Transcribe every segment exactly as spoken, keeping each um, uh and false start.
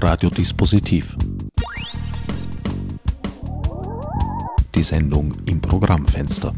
Radiodispositiv. Die Sendung im Programmfenster.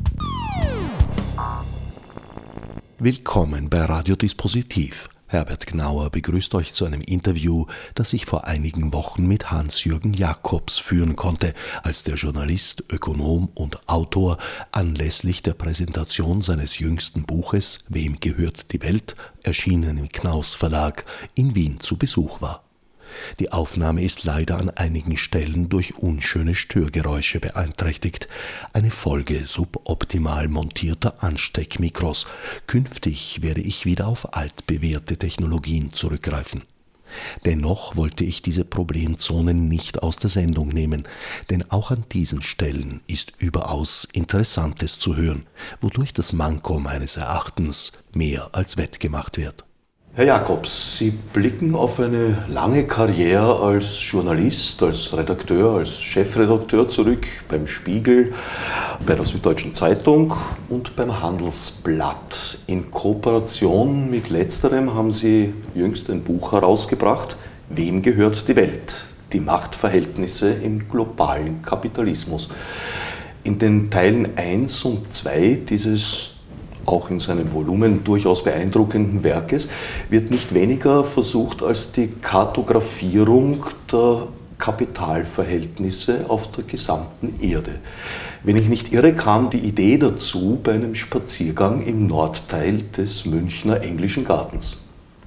Willkommen bei Radiodispositiv. Herbert Gnauer begrüßt euch zu einem Interview, das ich vor einigen Wochen mit Hans-Jürgen Jakobs führen konnte, als der Journalist, Ökonom und Autor anlässlich der Präsentation seines jüngsten Buches »Wem gehört die Welt?«, erschienen im Knaus Verlag, in Wien zu Besuch war. Die Aufnahme ist leider an einigen Stellen durch unschöne Störgeräusche beeinträchtigt. Eine Folge suboptimal montierter Ansteckmikros. Künftig werde ich wieder auf altbewährte Technologien zurückgreifen. Dennoch wollte ich diese Problemzonen nicht aus der Sendung nehmen, denn auch an diesen Stellen ist überaus Interessantes zu hören, wodurch das Manko meines Erachtens mehr als wettgemacht wird. Herr Jakobs, Sie blicken auf eine lange Karriere als Journalist, als Redakteur, als Chefredakteur zurück beim Spiegel, bei der Süddeutschen Zeitung und beim Handelsblatt. In Kooperation mit letzterem haben Sie jüngst ein Buch herausgebracht, »Wem gehört die Welt? Die Machtverhältnisse im globalen Kapitalismus«. In den Teilen eins und zwei dieses auch in seinem Volumen durchaus beeindruckenden Werkes, wird nicht weniger versucht als die Kartografierung der Kapitalverhältnisse auf der gesamten Erde. Wenn ich nicht irre, kam die Idee dazu bei einem Spaziergang im Nordteil des Münchner Englischen Gartens.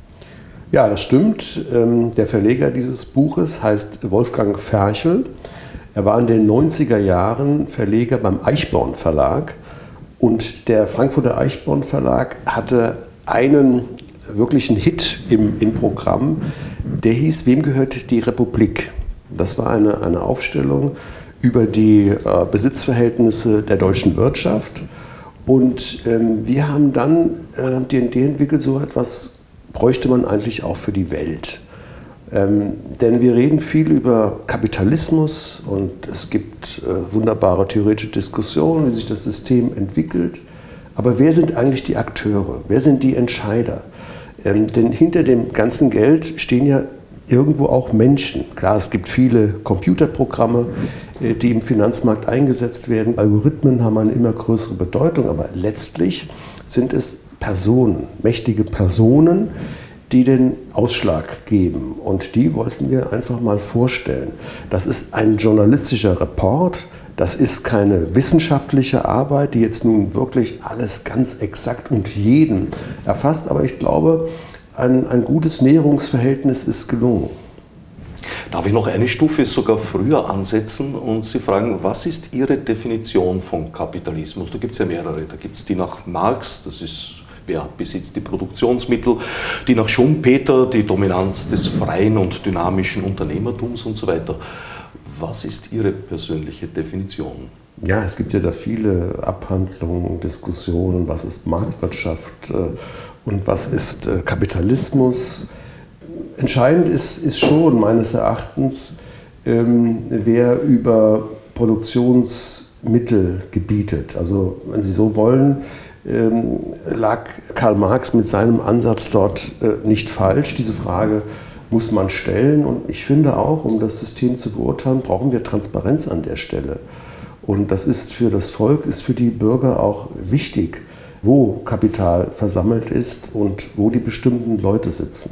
Ja, das stimmt. Der Verleger dieses Buches heißt Wolfgang Ferchel. Er war in den neunziger Jahren Verleger beim Eichborn Verlag. Und der Frankfurter Eichborn Verlag hatte einen wirklichen Hit im, im Programm, der hieß »Wem gehört die Republik?«. Das war eine, eine Aufstellung über die äh, Besitzverhältnisse der deutschen Wirtschaft. Und ähm, wir haben dann äh, die Idee entwickelt, so etwas bräuchte man eigentlich auch für die Welt. Ähm, denn wir reden viel über Kapitalismus und es gibt äh, wunderbare theoretische Diskussionen, wie sich das System entwickelt. Aber wer sind eigentlich die Akteure? Wer sind die Entscheider? Ähm, denn hinter dem ganzen Geld stehen ja irgendwo auch Menschen. Klar, es gibt viele Computerprogramme, äh, die im Finanzmarkt eingesetzt werden. Algorithmen haben eine immer größere Bedeutung, aber letztlich sind es Personen, mächtige Personen, die den Ausschlag geben. Und die wollten wir einfach mal vorstellen. Das ist ein journalistischer Report, das ist keine wissenschaftliche Arbeit, die jetzt nun wirklich alles ganz exakt und jeden erfasst. Aber ich glaube, ein, ein gutes Näherungsverhältnis ist gelungen. Darf ich noch eine Stufe sogar früher ansetzen und Sie fragen, was ist Ihre Definition von Kapitalismus? Da gibt es ja mehrere. Da gibt es die nach Marx, das ist wer besitzt die Produktionsmittel, die nach Schumpeter, die Dominanz des freien und dynamischen Unternehmertums und so weiter. Was ist Ihre persönliche Definition? Ja, es gibt ja da viele Abhandlungen, Diskussionen, was ist Marktwirtschaft und was ist Kapitalismus. Entscheidend ist, ist schon meines Erachtens, ähm, wer über Produktionsmittel gebietet. Also wenn Sie so wollen, Ähm, lag Karl Marx mit seinem Ansatz dort äh, nicht falsch. Diese Frage muss man stellen. Und ich finde auch, um das System zu beurteilen, brauchen wir Transparenz an der Stelle. Und das ist für das Volk, ist für die Bürger auch wichtig, wo Kapital versammelt ist und wo die bestimmten Leute sitzen.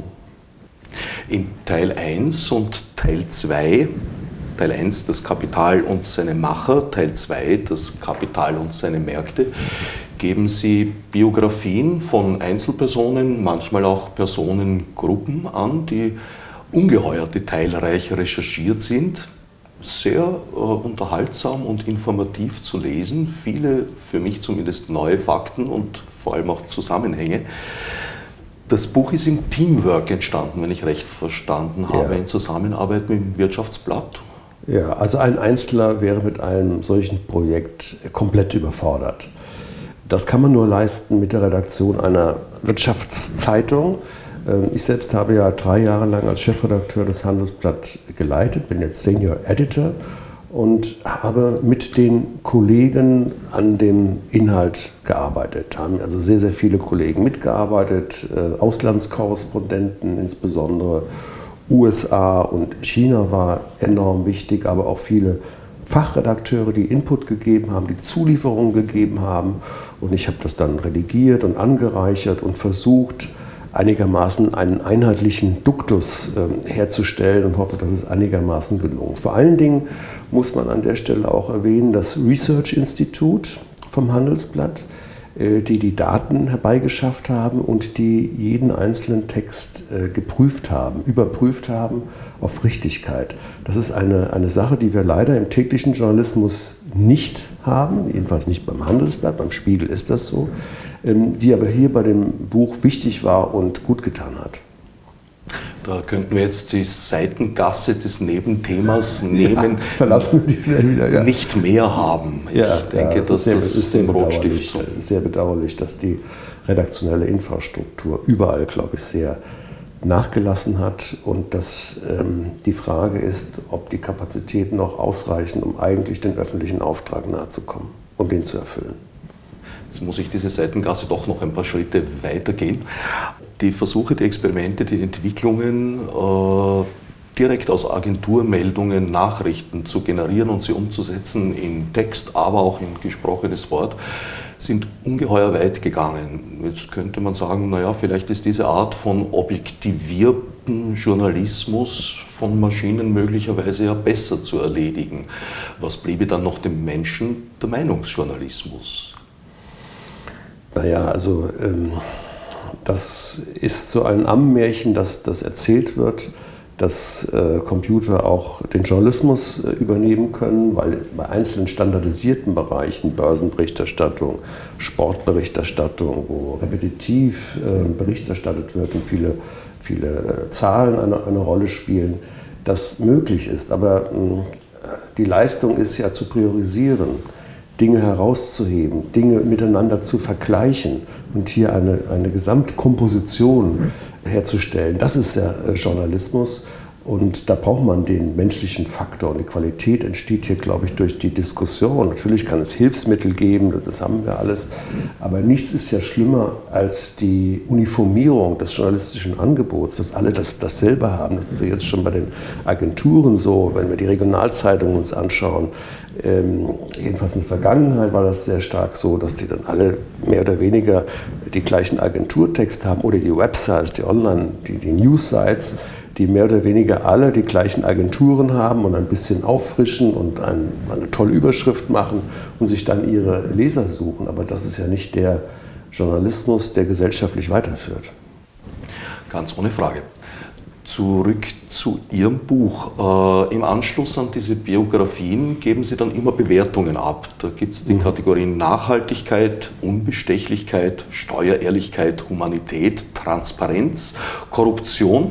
In Teil eins und Teil zwei, Teil eins das Kapital und seine Macher, Teil zwei das Kapital und seine Märkte, geben Sie Biografien von Einzelpersonen, manchmal auch Personengruppen an, die ungeheuer detailreich recherchiert sind, sehr äh, unterhaltsam und informativ zu lesen, viele für mich zumindest neue Fakten und vor allem auch Zusammenhänge. Das Buch ist im Teamwork entstanden, wenn ich recht verstanden habe, ja. In Zusammenarbeit mit dem Wirtschaftsblatt. Ja, also ein Einzelner wäre mit einem solchen Projekt komplett überfordert. Das kann man nur leisten mit der Redaktion einer Wirtschaftszeitung. Ich selbst habe ja drei Jahre lang als Chefredakteur des Handelsblatt geleitet, bin jetzt Senior Editor und habe mit den Kollegen an dem Inhalt gearbeitet. Haben also sehr, sehr viele Kollegen mitgearbeitet, Auslandskorrespondenten insbesondere U S A und China war enorm wichtig, aber auch viele Fachredakteure, die Input gegeben haben, die Zulieferungen gegeben haben. Und ich habe das dann redigiert und angereichert und versucht, einigermaßen einen einheitlichen Duktus äh, herzustellen und hoffe, dass es einigermaßen gelungen. Vor allen Dingen muss man an der Stelle auch erwähnen, das Research Institute vom Handelsblatt, äh, die die Daten herbeigeschafft haben und die jeden einzelnen Text äh, geprüft haben, überprüft haben auf Richtigkeit. Das ist eine, eine Sache, die wir leider im täglichen Journalismus nicht haben, jedenfalls nicht beim Handelsblatt, beim Spiegel ist das so, die aber hier bei dem Buch wichtig war und gut getan hat. Da könnten wir jetzt die Seitengasse des Nebenthemas nehmen. Ja, verlassen wir die schnell wieder. Ja. Nicht mehr haben. Ich ja, denke, ja, dass sehr, das ist sehr im Rotstift so. Sehr bedauerlich, dass die redaktionelle Infrastruktur überall, glaube ich, sehr nachgelassen hat und dass ähm, die Frage ist, ob die Kapazitäten noch ausreichen, um eigentlich den öffentlichen Auftrag nahezukommen, um den zu erfüllen. Jetzt muss ich diese Seitengasse doch noch ein paar Schritte weitergehen. Die Versuche, die Experimente, die Entwicklungen, äh, direkt aus Agenturmeldungen Nachrichten zu generieren und sie umzusetzen in Text, aber auch in gesprochenes Wort, sind ungeheuer weit gegangen. Jetzt könnte man sagen, naja, vielleicht ist diese Art von objektivierten Journalismus von Maschinen möglicherweise ja besser zu erledigen. Was bliebe dann noch dem Menschen? Der Meinungsjournalismus. Naja, also ähm, das ist so ein Ammärchen, das, das erzählt wird, dass äh, Computer auch den Journalismus äh, übernehmen können, weil bei einzelnen standardisierten Bereichen, Börsenberichterstattung, Sportberichterstattung, wo repetitiv äh, Bericht erstattet wird und viele, viele äh, Zahlen eine, eine Rolle spielen, das möglich ist. Aber mh, die Leistung ist ja zu priorisieren, Dinge herauszuheben, Dinge miteinander zu vergleichen und hier eine, eine Gesamtkomposition herzustellen. Das ist ja Journalismus und da braucht man den menschlichen Faktor und die Qualität entsteht hier, glaube ich, durch die Diskussion. Natürlich kann es Hilfsmittel geben, das haben wir alles, aber nichts ist ja schlimmer als die Uniformierung des journalistischen Angebots, dass alle das, dasselbe haben. Das ist ja jetzt schon bei den Agenturen so, wenn wir die Regionalzeitungen uns anschauen. Ähm, jedenfalls in der Vergangenheit war das sehr stark so, dass die dann alle mehr oder weniger die gleichen Agenturtext haben oder die Websites, die Online, die, die News-Sites, die mehr oder weniger alle die gleichen Agenturen haben und ein bisschen auffrischen und ein, eine tolle Überschrift machen und sich dann ihre Leser suchen. Aber das ist ja nicht der Journalismus, der gesellschaftlich weiterführt. Ganz ohne Frage. Zurück zu Ihrem Buch. Äh, Im Anschluss an diese Biografien geben Sie dann immer Bewertungen ab. Da gibt es die mhm. Kategorien Nachhaltigkeit, Unbestechlichkeit, Steuerehrlichkeit, Humanität, Transparenz, Korruption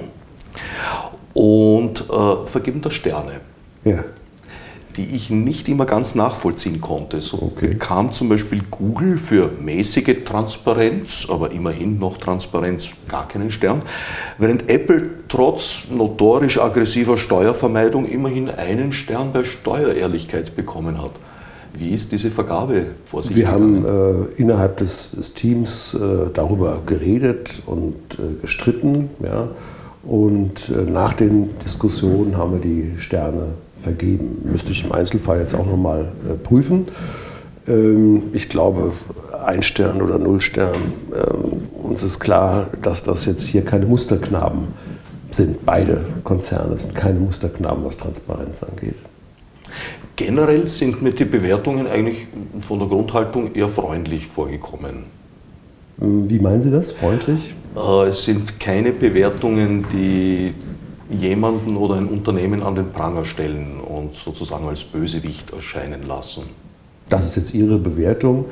und äh, vergeben da Sterne. Ja. Die ich nicht immer ganz nachvollziehen konnte. So okay. bekam zum Beispiel Google für mäßige Transparenz, aber immerhin noch Transparenz, gar keinen Stern, während Apple trotz notorisch aggressiver Steuervermeidung immerhin einen Stern bei Steuerehrlichkeit bekommen hat. Wie ist diese Vergabe vor sich gegangen? Wir haben äh, innerhalb des, des Teams äh, darüber geredet und äh, gestritten. Ja? Und äh, nach den Diskussionen haben wir die Sterne vergeben. Müsste ich im Einzelfall jetzt auch nochmal äh, prüfen. Ähm, ich glaube, ein Stern oder null Stern. Ähm, uns ist klar, dass das jetzt hier keine Musterknaben sind. Beide Konzerne sind keine Musterknaben, was Transparenz angeht. Generell sind mir die Bewertungen eigentlich von der Grundhaltung eher freundlich vorgekommen. Wie meinen Sie das, freundlich? Äh, es sind keine Bewertungen, die jemanden oder ein Unternehmen an den Pranger stellen und sozusagen als Bösewicht erscheinen lassen. Das ist jetzt Ihre Bewertung.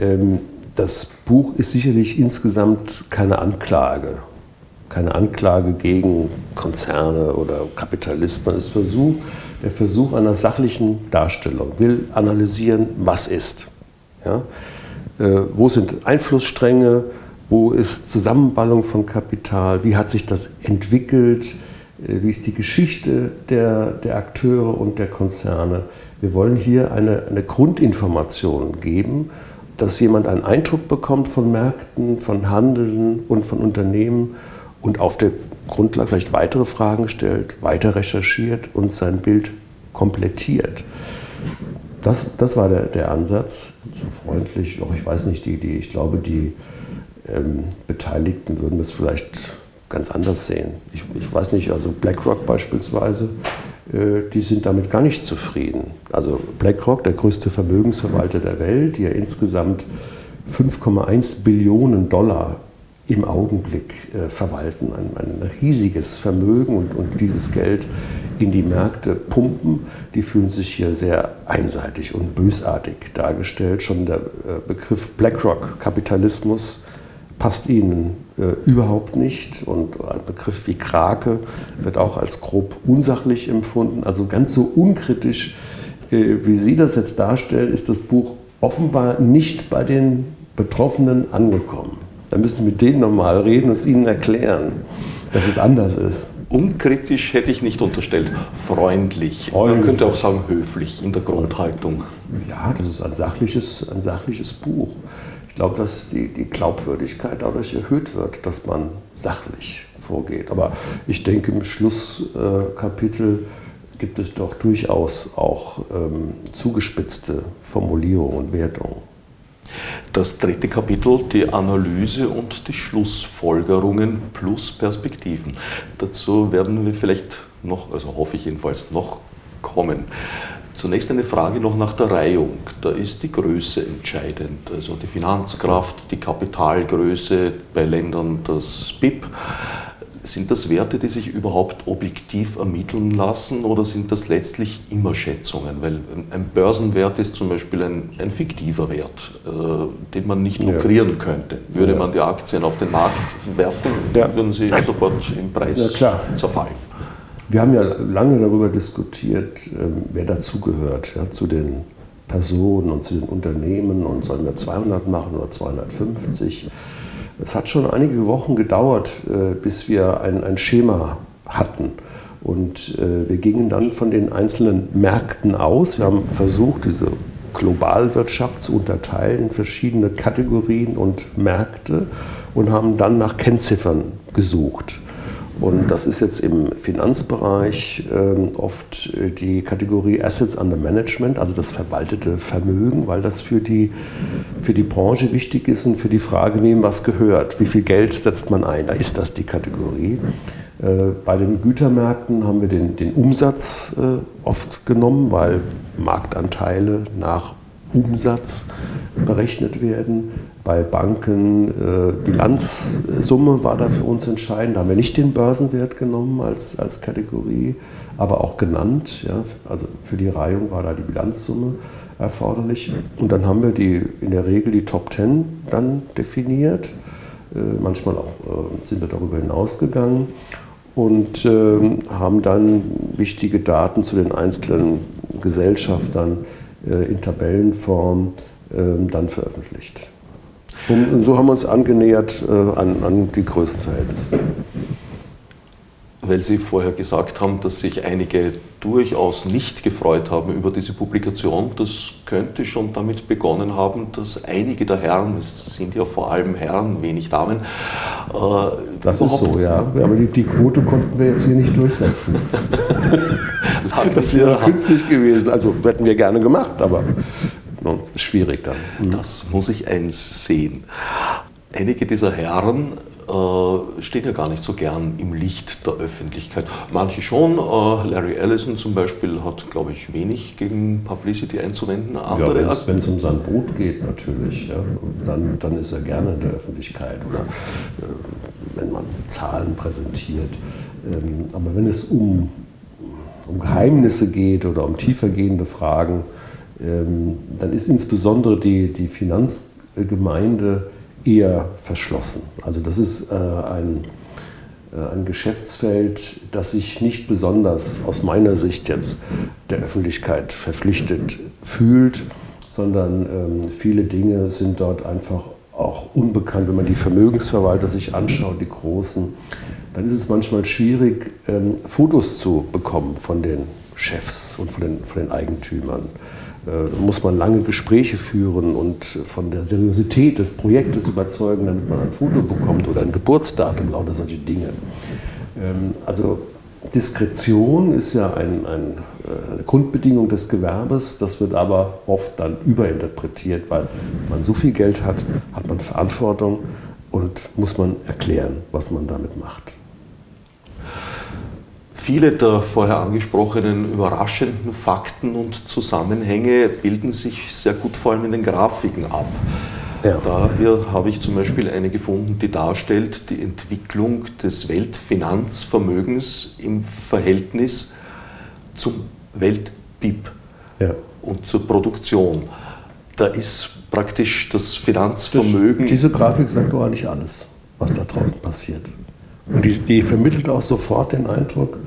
Das Buch ist sicherlich insgesamt keine Anklage. Keine Anklage gegen Konzerne oder Kapitalisten. Es ist Versuch, der Versuch einer sachlichen Darstellung. Will analysieren, was ist. Ja? Wo sind Einflussstränge? Wo ist Zusammenballung von Kapital? Wie hat sich das entwickelt? Wie ist die Geschichte der, der Akteure und der Konzerne? Wir wollen hier eine, eine Grundinformation geben, dass jemand einen Eindruck bekommt von Märkten, von Handeln und von Unternehmen und auf der Grundlage vielleicht weitere Fragen stellt, weiter recherchiert und sein Bild komplettiert. Das, das war der, der Ansatz. Zu freundlich, doch ich weiß nicht, die, die, ich glaube, die ähm, Beteiligten würden das vielleicht ganz anders sehen. Ich, ich weiß nicht, also BlackRock beispielsweise, äh, die sind damit gar nicht zufrieden. Also BlackRock, der größte Vermögensverwalter der Welt, die ja insgesamt fünf Komma eins Billionen Dollar im Augenblick äh, verwalten, ein, ein riesiges Vermögen und, und dieses Geld in die Märkte pumpen, die fühlen sich hier sehr einseitig und bösartig dargestellt. Schon der äh, Begriff BlackRock, Kapitalismus, passt ihnen äh, überhaupt nicht und ein Begriff wie Krake wird auch als grob unsachlich empfunden. Also ganz so unkritisch, äh, wie Sie das jetzt darstellen, ist das Buch offenbar nicht bei den Betroffenen angekommen. Da müssen Sie mit denen nochmal reden und es ihnen erklären, dass es anders ist. Unkritisch hätte ich nicht unterstellt, freundlich. freundlich. Man könnte auch sagen höflich in der Grundhaltung. Ja, das ist ein sachliches, ein sachliches Buch. Ich glaube, dass die, die Glaubwürdigkeit dadurch erhöht wird, dass man sachlich vorgeht. Aber ich denke, im Schlusskapitel gibt es doch durchaus auch ähm, zugespitzte Formulierungen und Wertungen. Das dritte Kapitel, die Analyse und die Schlussfolgerungen plus Perspektiven. Dazu werden wir vielleicht noch, also hoffe ich jedenfalls, noch kommen. Zunächst eine Frage noch nach der Reihung. Da ist die Größe entscheidend, also die Finanzkraft, die Kapitalgröße, bei Ländern das B I P. Sind das Werte, die sich überhaupt objektiv ermitteln lassen oder sind das letztlich immer Schätzungen? Weil ein Börsenwert ist zum Beispiel ein, ein fiktiver Wert, äh, den man nicht lukrieren ja. könnte. Würde ja. man die Aktien auf den Markt werfen, ja. würden sie sofort im Preis ja, zerfallen. Wir haben ja lange darüber diskutiert, wer dazugehört, ja, zu den Personen und zu den Unternehmen und sollen wir zweihundert machen oder zweihundertfünfzig. Es hat schon einige Wochen gedauert, bis wir ein, ein Schema hatten. Und wir gingen dann von den einzelnen Märkten aus. Wir haben versucht, diese Globalwirtschaft zu unterteilen in verschiedene Kategorien und Märkte und haben dann nach Kennziffern gesucht. Und das ist jetzt im Finanzbereich äh, oft die Kategorie Assets under Management, also das verwaltete Vermögen, weil das für die, für die Branche wichtig ist und für die Frage, wem was gehört, wie viel Geld setzt man ein, da ist das die Kategorie. Äh, bei den Gütermärkten haben wir den, den Umsatz äh, oft genommen, weil Marktanteile nach Umsatz berechnet werden. Bei Banken äh, Bilanzsumme war da für uns entscheidend. Da haben wir nicht den Börsenwert genommen als, als Kategorie, aber auch genannt. Ja, also für die Reihung war da die Bilanzsumme erforderlich. Und dann haben wir die, in der Regel die Top Ten dann definiert. Äh, manchmal auch äh, sind wir darüber hinausgegangen und äh, haben dann wichtige Daten zu den einzelnen Gesellschaftern äh, in Tabellenform äh, dann veröffentlicht. Und so haben wir uns angenähert äh, an, an die Größenverhältnisse. Weil Sie vorher gesagt haben, dass sich einige durchaus nicht gefreut haben über diese Publikation, das könnte schon damit begonnen haben, dass einige der Herren, es sind ja vor allem Herren, wenig Damen, äh, das ist so, ja. Aber die, die Quote konnten wir jetzt hier nicht durchsetzen. Das wäre künstlich gewesen. Also hätten wir gerne gemacht, aber schwierig dann. Mhm. Das muss ich eins sehen. Einige dieser Herren äh, stehen ja gar nicht so gern im Licht der Öffentlichkeit. Manche schon. Äh, Larry Ellison zum Beispiel hat, glaube ich, wenig gegen Publicity einzuwenden. Andere ja, wenn es um sein Boot geht natürlich, ja, dann, dann ist er gerne in der Öffentlichkeit oder äh, wenn man Zahlen präsentiert. Ähm, aber wenn es um, um Geheimnisse geht oder um tiefergehende Fragen, dann ist insbesondere die, die Finanzgemeinde eher verschlossen. Also das ist äh, ein, äh, ein Geschäftsfeld, das sich nicht besonders aus meiner Sicht jetzt der Öffentlichkeit verpflichtet fühlt, sondern ähm, viele Dinge sind dort einfach auch unbekannt. Wenn man die Vermögensverwalter sich anschaut, die großen, dann ist es manchmal schwierig, ähm, Fotos zu bekommen von den Chefs und von den, von den Eigentümern. Da muss man lange Gespräche führen und von der Seriosität des Projektes überzeugen, damit man ein Foto bekommt oder ein Geburtsdatum, lauter solche Dinge. Also Diskretion ist ja ein, ein, eine Grundbedingung des Gewerbes, das wird aber oft dann überinterpretiert, weil man so viel Geld hat, hat man Verantwortung und muss man erklären, was man damit macht. Viele der vorher angesprochenen überraschenden Fakten und Zusammenhänge bilden sich sehr gut vor allem in den Grafiken ab. Ja. Daher habe ich zum Beispiel eine gefunden, die darstellt die Entwicklung des Weltfinanzvermögens im Verhältnis zum Welt-B I P ja. und zur Produktion. Da ist praktisch das Finanzvermögen... Das, diese Grafik sagt doch eigentlich alles, was da draußen passiert. Und die, die vermittelt auch sofort den Eindruck,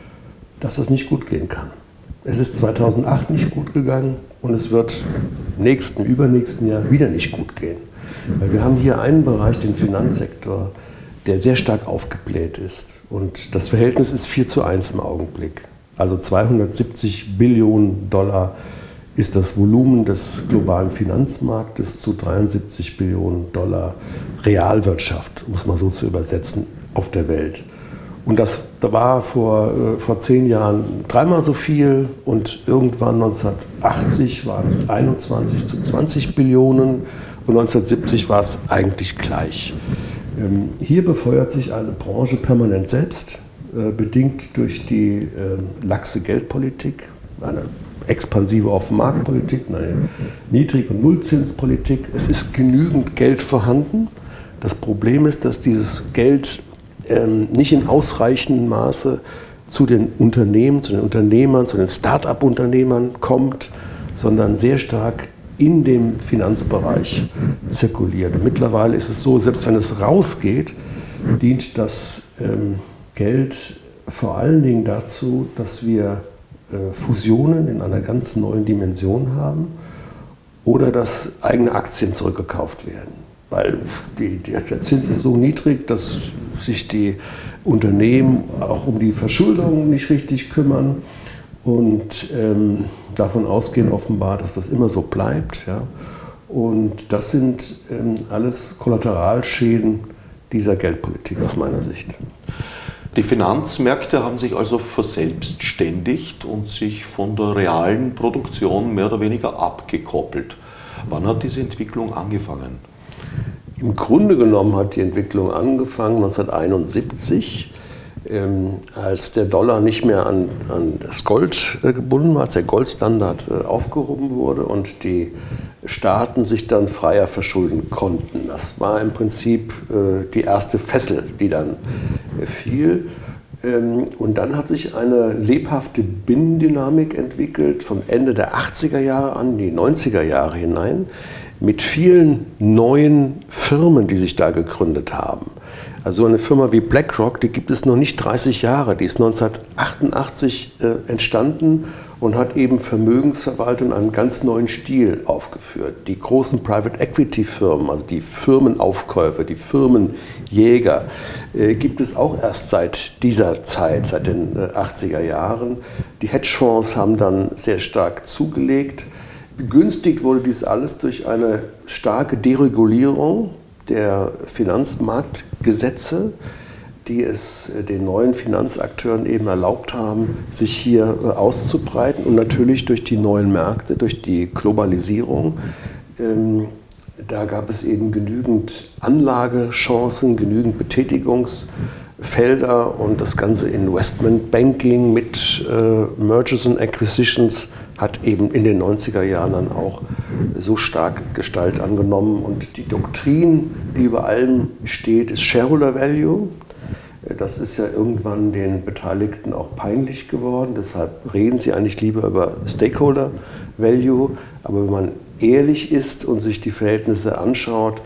dass das nicht gut gehen kann. Es ist zweitausendacht nicht gut gegangen und es wird im nächsten, übernächsten Jahr wieder nicht gut gehen. Weil wir haben hier einen Bereich, den Finanzsektor, der sehr stark aufgebläht ist. Und das Verhältnis ist vier zu eins im Augenblick. Also zweihundertsiebzig Billionen Dollar ist das Volumen des globalen Finanzmarktes zu dreiundsiebzig Billionen Dollar Realwirtschaft, muss man so zu übersetzen, auf der Welt. Und das da war vor, äh, vor zehn Jahren dreimal so viel und irgendwann neunzehnhundertachtzig waren es einundzwanzig zu zwanzig Billionen und neunzehnhundertsiebzig war es eigentlich gleich. Ähm, hier befeuert sich eine Branche permanent selbst, äh, bedingt durch die äh, laxe Geldpolitik, eine expansive Offenmarktpolitik, eine Niedrig- und Nullzinspolitik. Es ist genügend Geld vorhanden. Das Problem ist, dass dieses Geld ähm, nicht in ausreichendem Maße zu den Unternehmen, zu den Unternehmern, zu den Start-up-Unternehmern kommt, sondern sehr stark in dem Finanzbereich zirkuliert. Und mittlerweile ist es so, selbst wenn es rausgeht, dient das ähm, Geld vor allen Dingen dazu, dass wir äh, Fusionen in einer ganz neuen Dimension haben oder dass eigene Aktien zurückgekauft werden. Weil die, die, der Zins ist so niedrig, dass sich die Unternehmen auch um die Verschuldung nicht richtig kümmern und ähm, davon ausgehen offenbar, dass das immer so bleibt. Ja. Und das sind ähm, alles Kollateralschäden dieser Geldpolitik aus meiner Sicht. Die Finanzmärkte haben sich also verselbstständigt und sich von der realen Produktion mehr oder weniger abgekoppelt. Wann hat diese Entwicklung angefangen? Im Grunde genommen hat die Entwicklung angefangen neunzehnhunderteinundsiebzig, ähm, als der Dollar nicht mehr an, an das Gold äh, gebunden war, als der Goldstandard äh, aufgehoben wurde und die Staaten sich dann freier verschulden konnten. Das war im Prinzip äh, die erste Fessel, die dann äh, fiel. Ähm, und dann hat sich eine lebhafte Binnendynamik entwickelt, von Ende der achtziger Jahre an in die neunziger Jahre hinein, mit vielen neuen Firmen, die sich da gegründet haben. Also eine Firma wie BlackRock, die gibt es noch nicht dreißig Jahre, die ist neunzehnhundertachtundachtzig äh, entstanden und hat eben Vermögensverwaltung in einem ganz neuen Stil aufgeführt. Die großen Private Equity Firmen, also die Firmenaufkäufe, die Firmenjäger, äh, gibt es auch erst seit dieser Zeit, seit den äh, achtziger Jahren. Die Hedgefonds haben dann sehr stark zugelegt. Begünstigt wurde dies alles durch eine starke Deregulierung der Finanzmarktgesetze, die es den neuen Finanzakteuren eben erlaubt haben, sich hier auszubreiten und natürlich durch die neuen Märkte, durch die Globalisierung. Ähm, da gab es eben genügend Anlagechancen, genügend Betätigungsfelder und das ganze Investmentbanking mit äh, Mergers and Acquisitions hat eben in den neunziger Jahren dann auch so stark Gestalt angenommen. Und die Doktrin, die über allem steht, ist Shareholder Value. Das ist ja irgendwann den Beteiligten auch peinlich geworden. Deshalb reden sie eigentlich lieber über Stakeholder Value. Aber wenn man ehrlich ist und sich die Verhältnisse anschaut,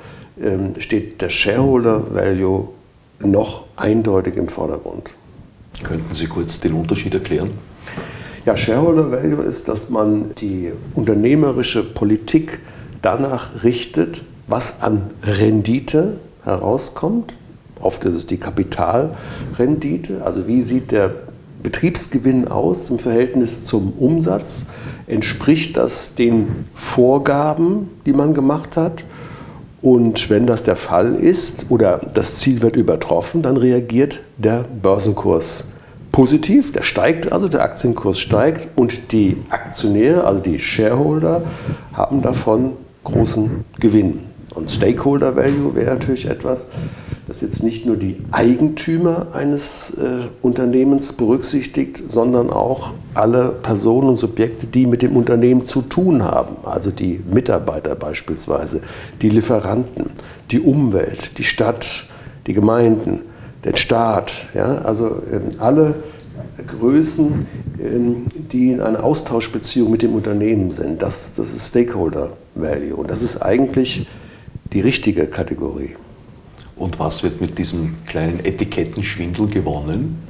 steht der Shareholder Value noch eindeutig im Vordergrund. Könnten Sie kurz den Unterschied erklären? Ja, Shareholder Value ist, dass man die unternehmerische Politik danach richtet, was an Rendite herauskommt. Oft ist es die Kapitalrendite, also wie sieht der Betriebsgewinn aus im Verhältnis zum Umsatz? Entspricht das den Vorgaben, die man gemacht hat? Und wenn das der Fall ist oder das Ziel wird übertroffen, dann reagiert der Börsenkurs positiv, der steigt also, der Aktienkurs steigt und die Aktionäre, also die Shareholder, haben davon großen Gewinn. Und Stakeholder Value wäre natürlich etwas, das jetzt nicht nur die Eigentümer eines äh, Unternehmens berücksichtigt, sondern auch alle Personen und Subjekte, die mit dem Unternehmen zu tun haben. Also die Mitarbeiter beispielsweise, die Lieferanten, die Umwelt, die Stadt, die Gemeinden, den Staat. Ja? Also ähm, alle Größen, ähm, die in einer Austauschbeziehung mit dem Unternehmen sind. Das, das ist Stakeholder Value und das ist eigentlich die richtige Kategorie. Und was wird mit diesem kleinen Etikettenschwindel gewonnen?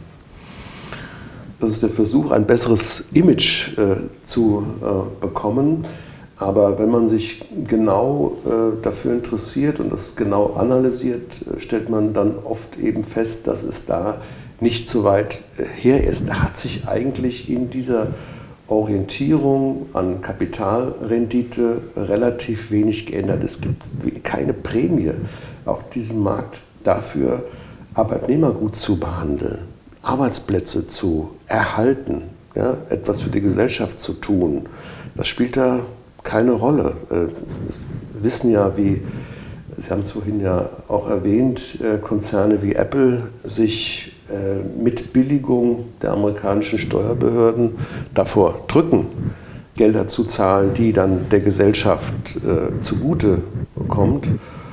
Das ist der Versuch, ein besseres Image äh, zu äh, bekommen. Aber wenn man sich genau äh, dafür interessiert und das genau analysiert, äh, stellt man dann oft eben fest, dass es da nicht so weit äh, her ist. Da hat sich eigentlich in dieser Orientierung an Kapitalrendite relativ wenig geändert. Es gibt keine Prämie auf diesem Markt dafür, Arbeitnehmer gut zu behandeln, Arbeitsplätze zu erhalten, ja, etwas für die Gesellschaft zu tun. Das spielt da keine Rolle. Wir wissen ja, wie, Sie haben es vorhin ja auch erwähnt, Konzerne wie Apple sich mit Billigung der amerikanischen Steuerbehörden davor drücken, Gelder zu zahlen, die dann der Gesellschaft äh, zugute kommt.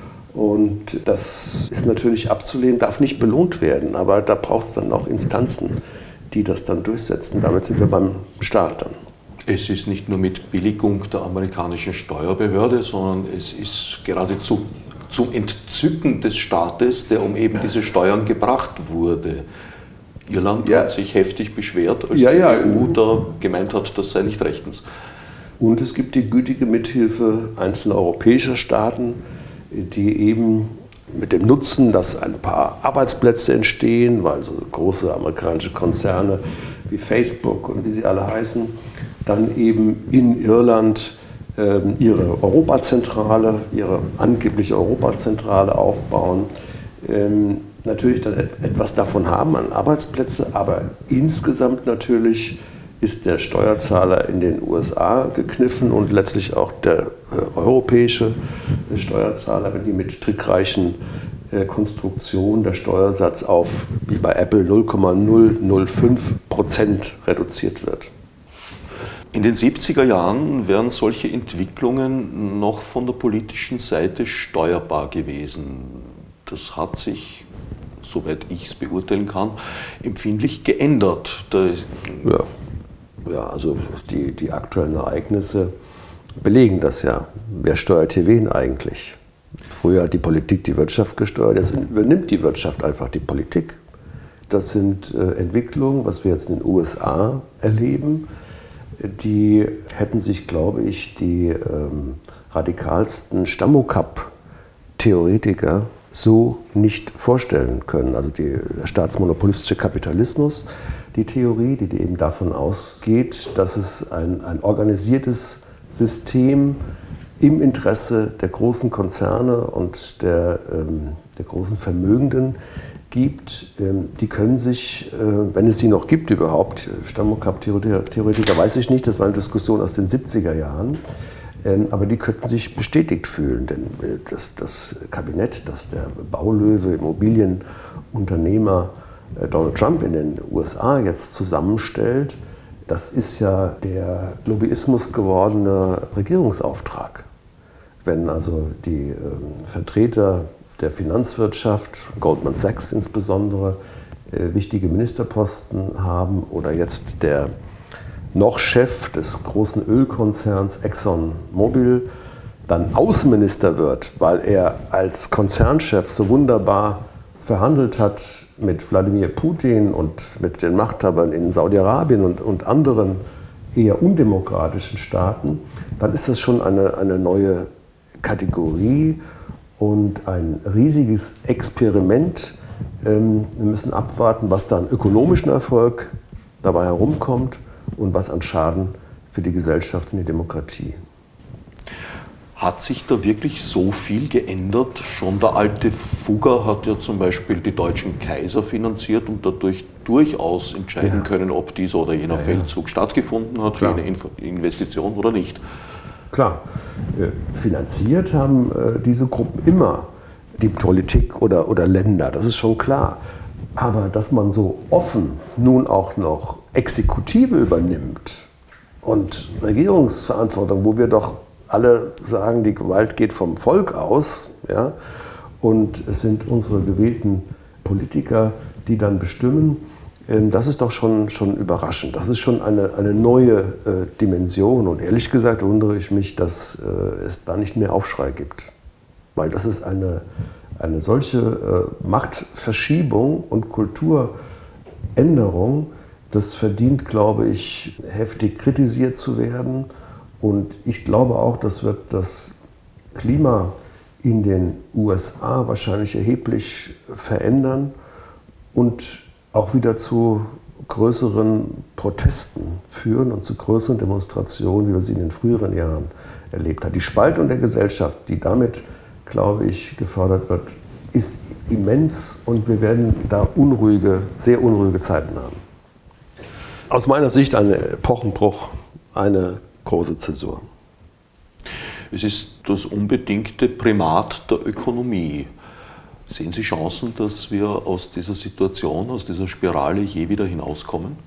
Und das ist natürlich abzulehnen, darf nicht belohnt werden, aber da braucht es dann auch Instanzen, die das dann durchsetzen. Damit sind wir beim Staat dann. Es ist nicht nur mit Billigung der amerikanischen Steuerbehörde, sondern es ist geradezu zum Entzücken des Staates, der um eben diese Steuern gebracht wurde. Irland ja. hat sich heftig beschwert, als ja, die ja. E U da gemeint hat, das sei nicht rechtens. Und es gibt die gütige Mithilfe einzelner europäischer Staaten, die eben mit dem Nutzen, dass ein paar Arbeitsplätze entstehen, weil so große amerikanische Konzerne wie Facebook und wie sie alle heißen, dann eben in Irland ihre Europazentrale, ihre angebliche Europazentrale aufbauen, ähm, natürlich dann et- etwas davon haben an Arbeitsplätze, aber insgesamt natürlich ist der Steuerzahler in den U S A gekniffen und letztlich auch der äh, europäische Steuerzahler, wenn die mit trickreichen äh, Konstruktionen der Steuersatz auf, wie bei Apple, null Komma null null fünf Prozent reduziert wird. In den siebziger Jahren wären solche Entwicklungen noch von der politischen Seite steuerbar gewesen. Das hat sich, soweit ich es beurteilen kann, empfindlich geändert. Da ja. ja, also die, die aktuellen Ereignisse belegen das ja. Wer steuert hier wen eigentlich? Früher hat die Politik die Wirtschaft gesteuert, jetzt übernimmt die Wirtschaft einfach die Politik. Das sind äh, Entwicklungen, was wir jetzt in den U S A erleben. Die hätten sich, glaube ich, die ähm, radikalsten Stammokap-Theoretiker so nicht vorstellen können. Also die, der staatsmonopolistische Kapitalismus, die Theorie, die, die eben davon ausgeht, dass es ein, ein organisiertes System im Interesse der großen Konzerne und der, ähm, der großen Vermögenden gibt, die können sich, wenn es sie noch gibt überhaupt, Stammokap-Theoretiker weiß ich nicht, das war eine Diskussion aus den siebziger Jahren, aber die könnten sich bestätigt fühlen, denn das, das Kabinett, das der Baulöwe, Immobilienunternehmer Donald Trump in den U S A jetzt zusammenstellt, das ist ja der Lobbyismus gewordene Regierungsauftrag. Wenn also die Vertreter der Finanzwirtschaft, Goldman Sachs insbesondere, äh, wichtige Ministerposten haben oder jetzt der noch Chef des großen Ölkonzerns ExxonMobil dann Außenminister wird, weil er als Konzernchef so wunderbar verhandelt hat mit Wladimir Putin und mit den Machthabern in Saudi-Arabien und, und anderen eher undemokratischen Staaten, dann ist das schon eine, eine neue Kategorie und ein riesiges Experiment. Wir müssen abwarten, was da an ökonomischen Erfolg dabei herumkommt und was an Schaden für die Gesellschaft und die Demokratie. Hat sich da wirklich so viel geändert? Schon der alte Fugger hat ja zum Beispiel die deutschen Kaiser finanziert und dadurch durchaus entscheiden ja. können, ob dieser oder jener ja, Feldzug ja. stattgefunden hat, Klar. wie eine Investition oder nicht. Klar, finanziert haben diese Gruppen immer die Politik oder, oder Länder, das ist schon klar. Aber dass man so offen nun auch noch Exekutive übernimmt und Regierungsverantwortung, wo wir doch alle sagen, die Gewalt geht vom Volk aus, ja, und es sind unsere gewählten Politiker, die dann bestimmen, das ist doch schon, schon überraschend. Das ist schon eine, eine neue äh, Dimension. Und ehrlich gesagt wundere ich mich, dass äh, es da nicht mehr Aufschrei gibt. Weil das ist eine, eine solche äh, Machtverschiebung und Kulturänderung, das verdient, glaube ich, heftig kritisiert zu werden. Und ich glaube auch, das wird das Klima in den U S A wahrscheinlich erheblich verändern und auch wieder zu größeren Protesten führen und zu größeren Demonstrationen, wie wir sie in den früheren Jahren erlebt haben. Die Spaltung der Gesellschaft, die damit, glaube ich, gefördert wird, ist immens und wir werden da unruhige, sehr unruhige Zeiten haben. Aus meiner Sicht ein Epochenbruch, eine große Zäsur. Es ist das unbedingte Primat der Ökonomie. Sehen Sie Chancen, dass wir aus dieser Situation, aus dieser Spirale je wieder hinauskommen?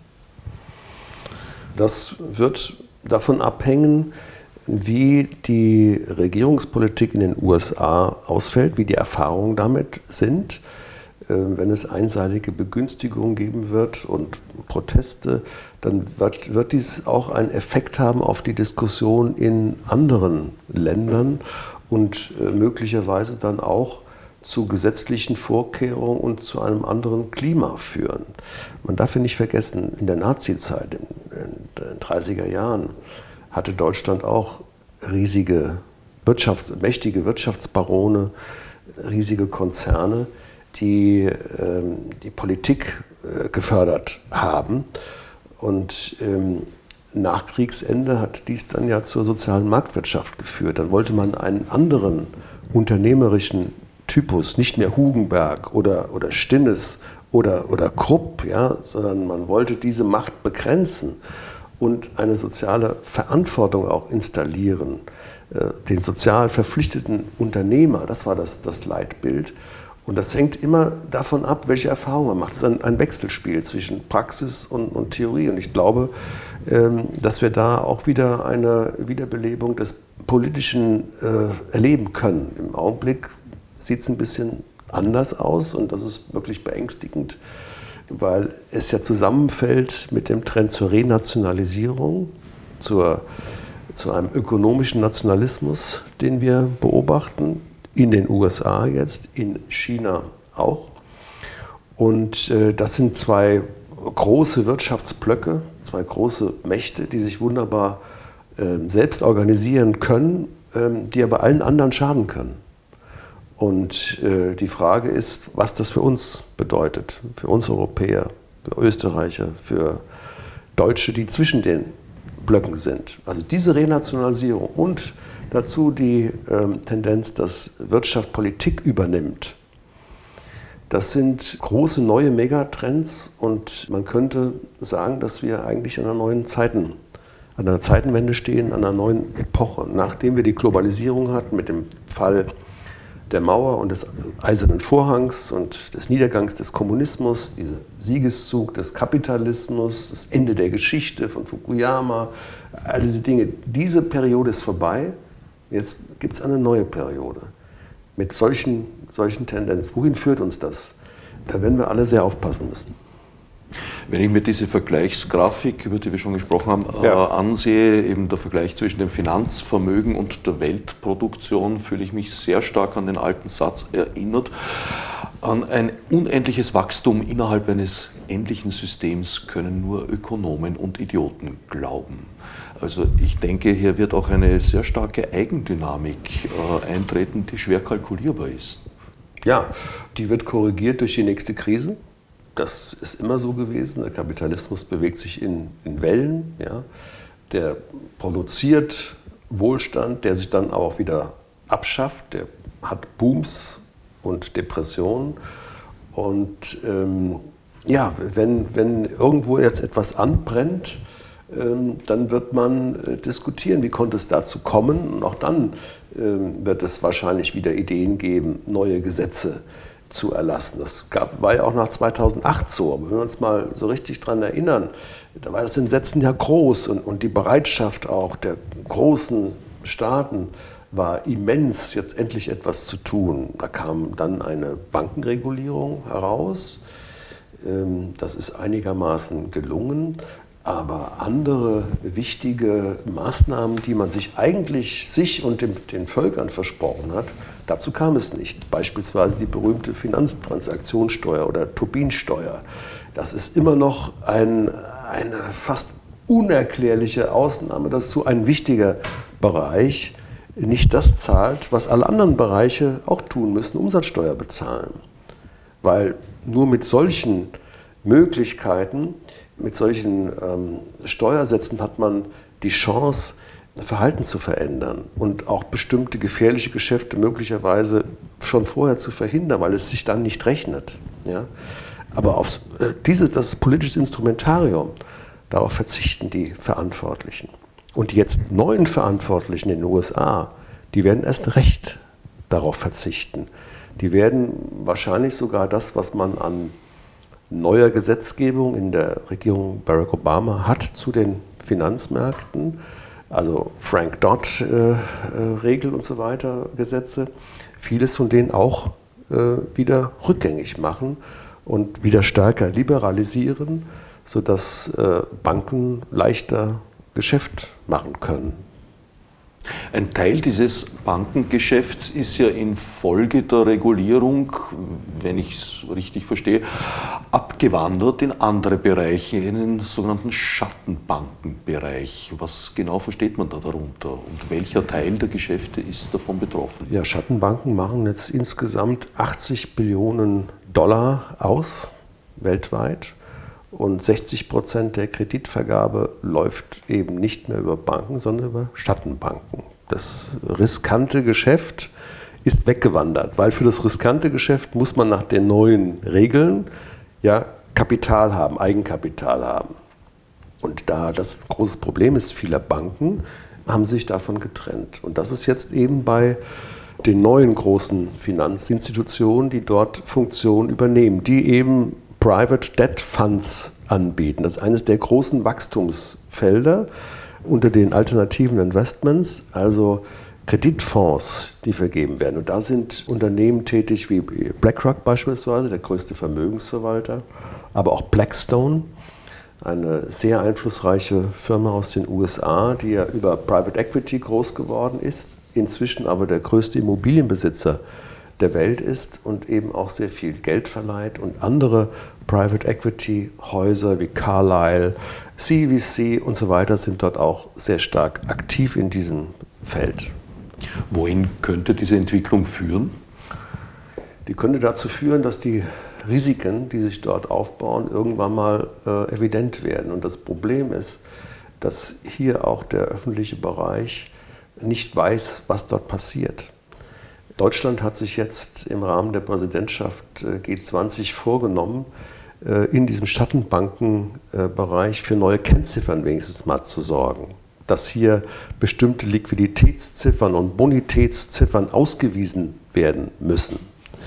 Das wird davon abhängen, wie die Regierungspolitik in den U S A ausfällt, wie die Erfahrungen damit sind. Wenn es einseitige Begünstigungen geben wird und Proteste, dann wird, wird dies auch einen Effekt haben auf die Diskussion in anderen Ländern und möglicherweise dann auch zu gesetzlichen Vorkehrungen und zu einem anderen Klima führen. Man darf ja nicht vergessen, in der Nazizeit, in den dreißiger Jahren, hatte Deutschland auch riesige Wirtschafts-, mächtige Wirtschaftsbarone, riesige Konzerne, die ähm, die Politik äh, gefördert haben. Und ähm, nach Kriegsende hat dies dann ja zur sozialen Marktwirtschaft geführt. Dann wollte man einen anderen unternehmerischen Typus, nicht mehr Hugenberg oder, oder Stinnes oder, oder Krupp, ja, sondern man wollte diese Macht begrenzen und eine soziale Verantwortung auch installieren. Äh, den sozial verpflichteten Unternehmer, das war das, das Leitbild. Und das hängt immer davon ab, welche Erfahrungen man macht. Es ist ein, ein Wechselspiel zwischen Praxis und, und Theorie. Und ich glaube, ähm, dass wir da auch wieder eine Wiederbelebung des Politischen äh, erleben können. Im Augenblick sieht es ein bisschen anders aus und das ist wirklich beängstigend, weil es ja zusammenfällt mit dem Trend zur Renationalisierung, zur, zu einem ökonomischen Nationalismus, den wir beobachten, in den U S A jetzt, in China auch. Und äh, das sind zwei große Wirtschaftsblöcke, zwei große Mächte, die sich wunderbar äh, selbst organisieren können, äh, die aber allen anderen schaden können. Und äh, die Frage ist, was das für uns bedeutet, für uns Europäer, für Österreicher, für Deutsche, die zwischen den Blöcken sind. Also diese Renationalisierung und dazu die ähm, Tendenz, dass Wirtschaft Politik übernimmt. Das sind große neue Megatrends und man könnte sagen, dass wir eigentlich an einer neuen Zeiten, an einer Zeitenwende stehen, an einer neuen Epoche. Nachdem wir die Globalisierung hatten mit dem Fall der Mauer und des Eisernen Vorhangs und des Niedergangs des Kommunismus, dieser Siegeszug des Kapitalismus, das Ende der Geschichte von Fukuyama, all diese Dinge. Diese Periode ist vorbei. Jetzt gibt es eine neue Periode mit solchen, solchen Tendenzen. Wohin führt uns das? Da werden wir alle sehr aufpassen müssen. Wenn ich mir diese Vergleichsgrafik, über die wir schon gesprochen haben, ja. äh, ansehe, eben der Vergleich zwischen dem Finanzvermögen und der Weltproduktion, fühle ich mich sehr stark an den alten Satz erinnert. An ein unendliches Wachstum innerhalb eines endlichen Systems können nur Ökonomen und Idioten glauben. Also ich denke, hier wird auch eine sehr starke Eigendynamik äh, eintreten, die schwer kalkulierbar ist. Ja, die wird korrigiert durch die nächste Krise. das ist immer so gewesen. Der Kapitalismus bewegt sich in, in Wellen. Ja. Der produziert Wohlstand, der sich dann auch wieder abschafft. Der hat Booms und Depressionen. Und ähm, ja, wenn, wenn irgendwo jetzt etwas anbrennt, ähm, dann wird man äh, diskutieren, wie konnte es dazu kommen. Und auch dann ähm, wird es wahrscheinlich wieder Ideen geben, neue Gesetze zu erlassen. Das gab, war ja auch nach zweitausendacht so. Aber wenn wir uns mal so richtig daran erinnern, da war das Entsetzen ja groß und, und die Bereitschaft auch der großen Staaten war immens, jetzt endlich etwas zu tun. Da kam dann eine Bankenregulierung heraus. Das ist einigermaßen gelungen. Aber andere wichtige Maßnahmen, die man sich eigentlich sich und dem, den Völkern versprochen hat, dazu kam es nicht. Beispielsweise die berühmte Finanztransaktionssteuer oder Tobin-Steuer. Das ist immer noch ein, eine fast unerklärliche Ausnahme, dass so ein wichtiger Bereich nicht das zahlt, was alle anderen Bereiche auch tun müssen, Umsatzsteuer bezahlen. Weil nur mit solchen Möglichkeiten, mit solchen ähm, Steuersätzen hat man die Chance, Verhalten zu verändern und auch bestimmte gefährliche Geschäfte möglicherweise schon vorher zu verhindern, weil es sich dann nicht rechnet. Ja? Aber auf äh, dieses, das politische Instrumentarium, darauf verzichten die Verantwortlichen. Und die jetzt neuen Verantwortlichen in den U S A, die werden erst recht darauf verzichten. Die werden wahrscheinlich sogar das, was man an neuer Gesetzgebung in der Regierung Barack Obama hat zu den Finanzmärkten, also Frank Dodd-Regel äh, und so weiter, Gesetze, vieles von denen auch äh, wieder rückgängig machen und wieder stärker liberalisieren, sodass äh, Banken leichter Geschäft machen können. Ein Teil dieses Bankengeschäfts ist ja infolge der Regulierung, wenn ich es richtig verstehe, abgewandert in andere Bereiche, in den sogenannten Schattenbankenbereich. Was genau versteht man da darunter und welcher Teil der Geschäfte ist davon betroffen? Ja, Schattenbanken machen jetzt insgesamt achtzig Billionen Dollar aus, weltweit. Und sechzig Prozent der Kreditvergabe läuft eben nicht mehr über Banken, sondern über Schattenbanken. Das riskante Geschäft ist weggewandert, weil für das riskante Geschäft muss man nach den neuen Regeln ja Kapital haben, Eigenkapital haben. Und da das ein großes Problem ist vieler Banken, haben sie sich davon getrennt. Und das ist jetzt eben bei den neuen großen Finanzinstitutionen, die dort Funktionen übernehmen, die eben Private Debt Funds anbieten. Das ist eines der großen Wachstumsfelder unter den alternativen Investments, also Kreditfonds, die vergeben werden. Und da sind Unternehmen tätig wie BlackRock beispielsweise, der größte Vermögensverwalter, aber auch Blackstone, eine sehr einflussreiche Firma aus den U S A, die ja über Private Equity groß geworden ist, inzwischen aber der größte Immobilienbesitzer der Welt ist und eben auch sehr viel Geld verleiht, und andere Private Equity Häuser wie Carlyle, C V C und so weiter sind dort auch sehr stark aktiv in diesem Feld. Wohin könnte diese Entwicklung führen? Die könnte dazu führen, dass die Risiken, die sich dort aufbauen, irgendwann mal äh, evident werden. Und das Problem ist, dass hier auch der öffentliche Bereich nicht weiß, was dort passiert. Deutschland hat sich jetzt im Rahmen der Präsidentschaft G zwanzig vorgenommen, in diesem Schattenbankenbereich für neue Kennziffern wenigstens mal zu sorgen. Dass hier bestimmte Liquiditätsziffern und Bonitätsziffern ausgewiesen werden müssen.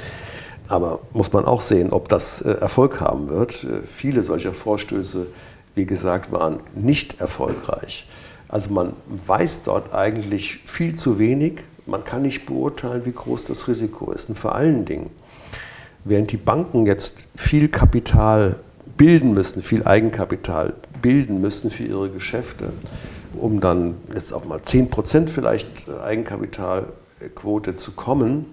Aber muss man auch sehen, ob das Erfolg haben wird. Viele solcher Vorstöße, wie gesagt, waren nicht erfolgreich. Also man weiß dort eigentlich viel zu wenig. Man kann nicht beurteilen, wie groß das Risiko ist. Und vor allen Dingen, während die Banken jetzt viel Kapital bilden müssen, viel Eigenkapital bilden müssen für ihre Geschäfte, um dann jetzt auch mal zehn Prozent vielleicht Eigenkapitalquote zu kommen,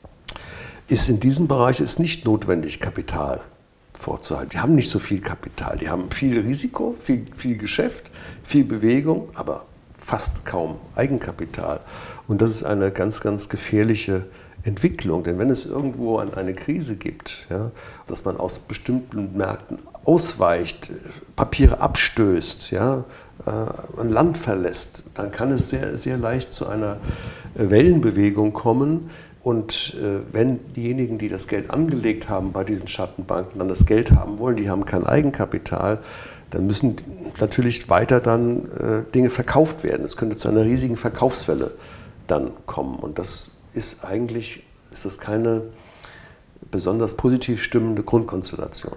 ist in diesem Bereich ist nicht notwendig, Kapital vorzuhalten. Die haben nicht so viel Kapital, die haben viel Risiko, viel, viel Geschäft, viel Bewegung, aber fast kaum Eigenkapital. Und das ist eine ganz, ganz gefährliche Entwicklung. Denn wenn es irgendwo eine Krise gibt, ja, dass man aus bestimmten Märkten ausweicht, Papiere abstößt, ja, ein Land verlässt, dann kann es sehr, sehr leicht zu einer Wellenbewegung kommen. Und wenn diejenigen, die das Geld angelegt haben bei diesen Schattenbanken, dann das Geld haben wollen, die haben kein Eigenkapital, dann müssen natürlich weiter dann Dinge verkauft werden. Es könnte zu einer riesigen Verkaufswelle dann kommen. Und das ist eigentlich, ist das keine besonders positiv stimmende Grundkonstellation.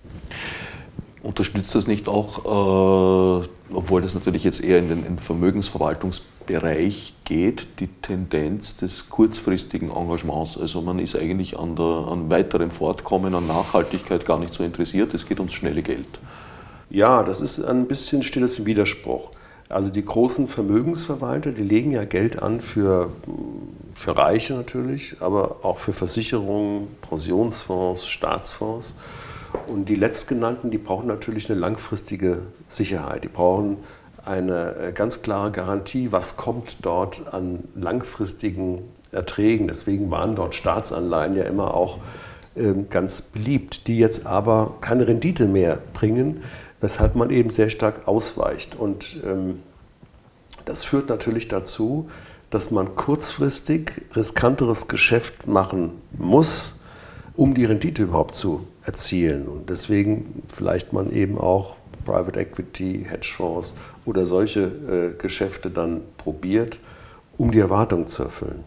Unterstützt das nicht auch, äh, obwohl das natürlich jetzt eher in den, in den Vermögensverwaltungsbereich geht, die Tendenz des kurzfristigen Engagements? Also man ist eigentlich an, der, an weiteren Fortkommen, an Nachhaltigkeit gar nicht so interessiert, es geht ums schnelle Geld. Ja, das ist ein bisschen stilles Widerspruch. Also die großen Vermögensverwalter, die legen ja Geld an für, für Reiche natürlich, aber auch für Versicherungen, Pensionsfonds, Staatsfonds. Und die Letztgenannten, die brauchen natürlich eine langfristige Sicherheit. Die brauchen eine ganz klare Garantie, was kommt dort an langfristigen Erträgen. Deswegen waren dort Staatsanleihen ja immer auch ähm, ganz beliebt, die jetzt aber keine Rendite mehr bringen, weshalb man eben sehr stark ausweicht. Und ähm, das führt natürlich dazu, dass man kurzfristig riskanteres Geschäft machen muss, um die Rendite überhaupt zu erzielen. Und deswegen vielleicht man eben auch Private Equity, Hedgefonds oder solche äh, Geschäfte dann probiert, um die Erwartungen zu erfüllen.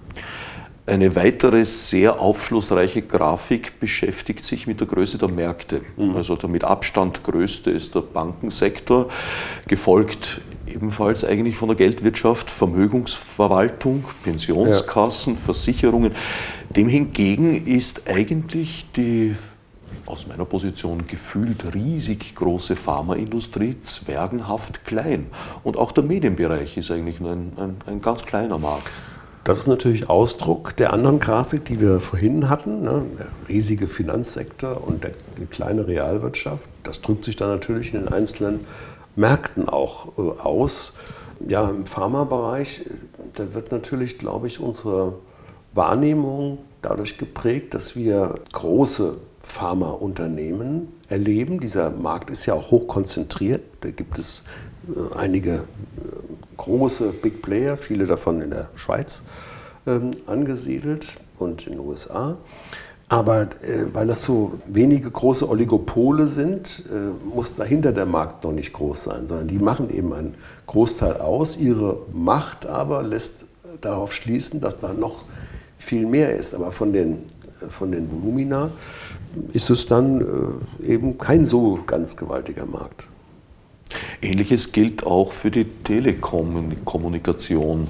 Eine weitere sehr aufschlussreiche Grafik beschäftigt sich mit der Größe der Märkte. Mhm. Also der mit Abstand größte ist der Bankensektor, gefolgt ebenfalls eigentlich von der Geldwirtschaft, Vermögensverwaltung, Pensionskassen, ja. Versicherungen. Dem hingegen ist eigentlich die, aus meiner Position gefühlt riesig große Pharmaindustrie zwergenhaft klein. Und auch der Medienbereich ist eigentlich nur ein, ein, ein ganz kleiner Markt. Das ist natürlich Ausdruck der anderen Grafik, die wir vorhin hatten, ne? Der riesige Finanzsektor und der, die kleine Realwirtschaft. Das drückt sich dann natürlich in den einzelnen Märkten auch äh, aus. Ja, im Pharmabereich, da wird natürlich, glaube ich, unsere Wahrnehmung dadurch geprägt, dass wir große Pharmaunternehmen erleben. Dieser Markt ist ja auch hoch konzentriert. Da gibt es äh, einige äh, große Big Player, viele davon in der Schweiz ähm, angesiedelt und in den U S A. Aber äh, weil das so wenige große Oligopole sind, äh, muss dahinter der Markt noch nicht groß sein, sondern die machen eben einen Großteil aus. Ihre Macht aber lässt darauf schließen, dass da noch viel mehr ist. Aber von den, von den Volumina ist es dann äh, eben kein so ganz gewaltiger Markt. Ähnliches gilt auch für die Telekommunikation.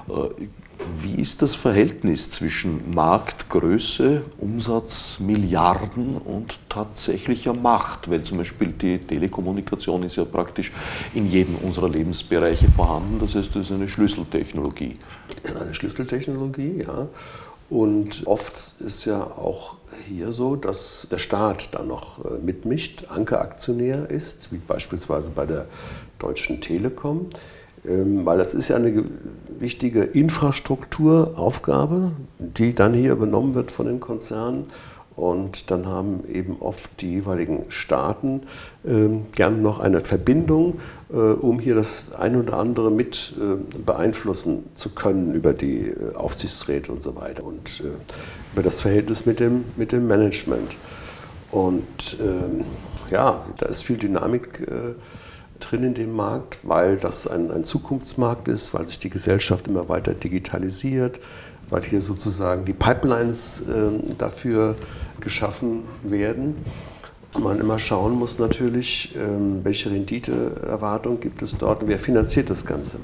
Wie ist das Verhältnis zwischen Marktgröße, Umsatz, Milliarden und tatsächlicher Macht? Weil zum Beispiel die Telekommunikation ist ja praktisch in jedem unserer Lebensbereiche vorhanden. Das heißt, das ist eine Schlüsseltechnologie. Das ist eine Schlüsseltechnologie, ja. Und oft ist ja auch hier so, dass der Staat da noch mitmischt, Ankeraktionär ist, wie beispielsweise bei der Deutschen Telekom, weil das ist ja eine wichtige Infrastrukturaufgabe, die dann hier übernommen wird von den Konzernen. Und dann haben eben oft die jeweiligen Staaten äh, gern noch eine Verbindung, äh, um hier das eine oder andere mit äh, beeinflussen zu können über die äh, Aufsichtsräte und so weiter und äh, über das Verhältnis mit dem, mit dem Management. Und äh, ja, da ist viel Dynamik äh, drin in dem Markt, weil das ein, ein Zukunftsmarkt ist, weil sich die Gesellschaft immer weiter digitalisiert, weil hier sozusagen die Pipelines äh, dafür geschaffen werden. Und man immer schauen muss natürlich, äh, welche Renditeerwartung gibt es dort und wer finanziert das Ganze.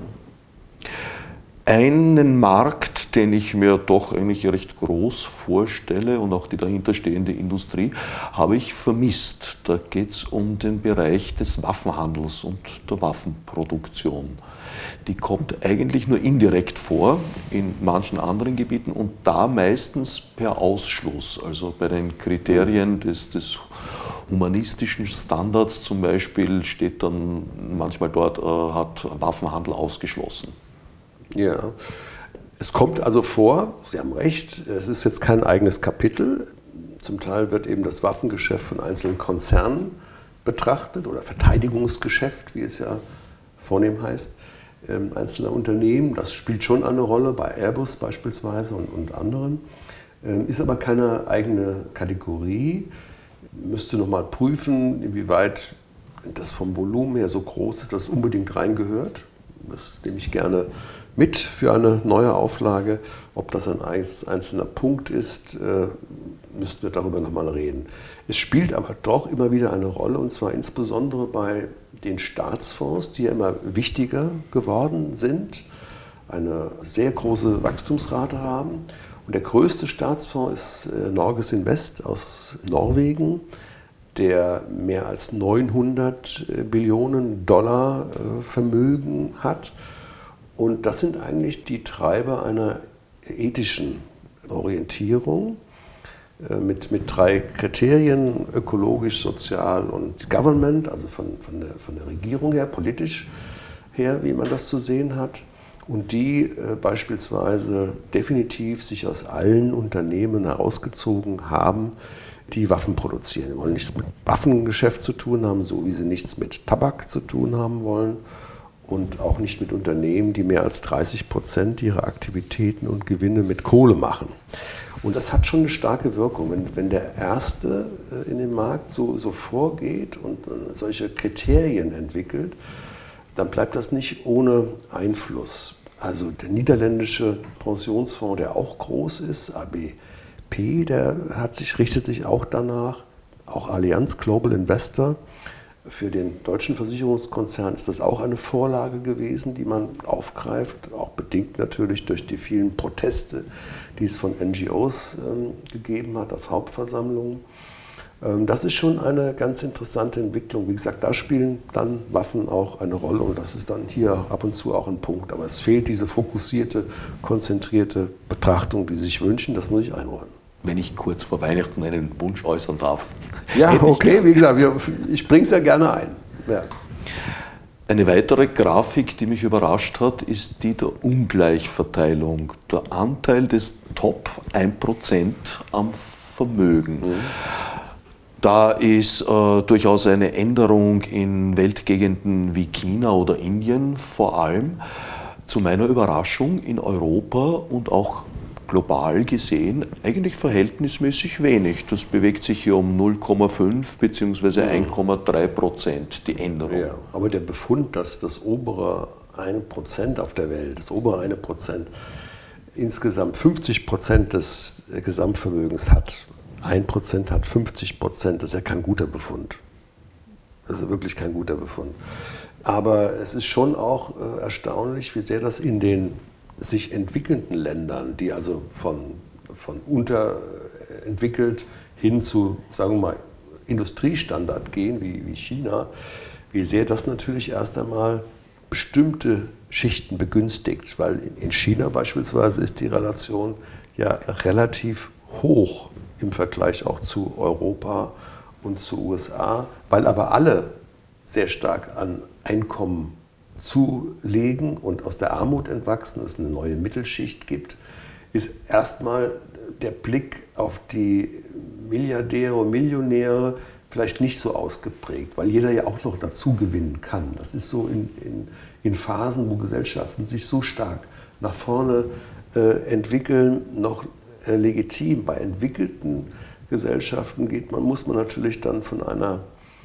Einen Markt, den ich mir doch eigentlich recht groß vorstelle und auch die dahinterstehende Industrie, habe ich vermisst. Da geht es um den Bereich des Waffenhandels und der Waffenproduktion. Die kommt eigentlich nur indirekt vor in manchen anderen Gebieten und da meistens per Ausschluss. Also bei den Kriterien des, des humanistischen Standards zum Beispiel steht dann manchmal dort, äh, hat Waffenhandel ausgeschlossen. Ja, Es kommt also vor, Sie haben recht, es ist jetzt kein eigenes Kapitel. Zum Teil wird eben das Waffengeschäft von einzelnen Konzernen betrachtet oder Verteidigungsgeschäft, wie es ja vornehm heißt, äh, einzelner Unternehmen. Das spielt schon eine Rolle bei Airbus beispielsweise und, und anderen, äh, ist aber keine eigene Kategorie. Müsste noch mal prüfen, inwieweit das vom Volumen her so groß ist, dass es unbedingt reingehört. Das nehme ich gerne mit für eine neue Auflage. Ob das ein einzelner Punkt ist, äh, müssten wir darüber nochmal reden. Es spielt aber doch immer wieder eine Rolle, und zwar insbesondere bei den Staatsfonds, die ja immer wichtiger geworden sind, eine sehr große Wachstumsrate haben. Und der größte Staatsfonds ist äh, Norges Invest aus Norwegen, der mehr als neunhundert Billionen Dollar äh, Vermögen hat. Und das sind eigentlich die Treiber einer ethischen Orientierung äh, mit, mit drei Kriterien: ökologisch, sozial und Government, also von, von, der, von der Regierung her, politisch her, wie man das zu sehen hat. Und die äh, beispielsweise definitiv sich aus allen Unternehmen herausgezogen haben, die Waffen produzieren. Sie wollen nichts mit Waffengeschäft zu tun haben, so wie sie nichts mit Tabak zu tun haben wollen. Und auch nicht mit Unternehmen, die mehr als dreißig Prozent ihrer Aktivitäten und Gewinne mit Kohle machen. Und das hat schon eine starke Wirkung. Wenn, wenn der Erste in dem Markt so, so vorgeht und solche Kriterien entwickelt, dann bleibt das nicht ohne Einfluss. Also der niederländische Pensionsfonds, der auch groß ist, A B P, der hat sich, richtet sich auch danach, auch Allianz Global Investor. Für den deutschen Versicherungskonzern ist das auch eine Vorlage gewesen, die man aufgreift, auch bedingt natürlich durch die vielen Proteste, die es von N G Os ähm, gegeben hat auf Hauptversammlungen. Ähm, das ist schon eine ganz interessante Entwicklung. Wie gesagt, da spielen dann Waffen auch eine Rolle und das ist dann hier ab und zu auch ein Punkt. Aber es fehlt diese fokussierte, konzentrierte Betrachtung, die Sie sich wünschen, das muss ich einräumen. Wenn ich kurz vor Weihnachten einen Wunsch äußern darf. Ja, okay, wie gesagt, ich bringe es ja gerne ein. Ja. Eine weitere Grafik, die mich überrascht hat, ist die der Ungleichverteilung. Der Anteil des Top ein Prozent am Vermögen. Mhm. Da ist äh, durchaus eine Änderung in Weltgegenden wie China oder Indien, vor allem zu meiner Überraschung in Europa und auch global gesehen eigentlich verhältnismäßig wenig. Das bewegt sich hier um null Komma fünf bzw. eins Komma drei Prozent die Änderung. Ja, aber der Befund, dass das obere eine Prozent auf der Welt, das obere eine Prozent insgesamt fünfzig Prozent des Gesamtvermögens hat, ein Prozent hat fünfzig Prozent, das ist ja kein guter Befund. Das ist wirklich kein guter Befund. Aber es ist schon auch äh, erstaunlich, wie sehr das in den sich entwickelnden Ländern, die also von, von unterentwickelt hin zu, sagen wir mal, Industriestandard gehen, wie, wie China, wie sehr das natürlich erst einmal bestimmte Schichten begünstigt. Weil in China beispielsweise ist die Relation ja relativ hoch im Vergleich auch zu Europa und zu U S A, weil aber alle sehr stark an Einkommen zulegen und aus der Armut entwachsen, es eine neue Mittelschicht gibt, ist erstmal der Blick auf die Milliardäre und Millionäre vielleicht nicht so ausgeprägt, weil jeder ja auch noch dazu gewinnen kann. Das ist so in, in, in Phasen, wo Gesellschaften sich so stark nach vorne äh, entwickeln, noch äh, legitim. Bei entwickelten Gesellschaften geht man, muss man natürlich dann von einer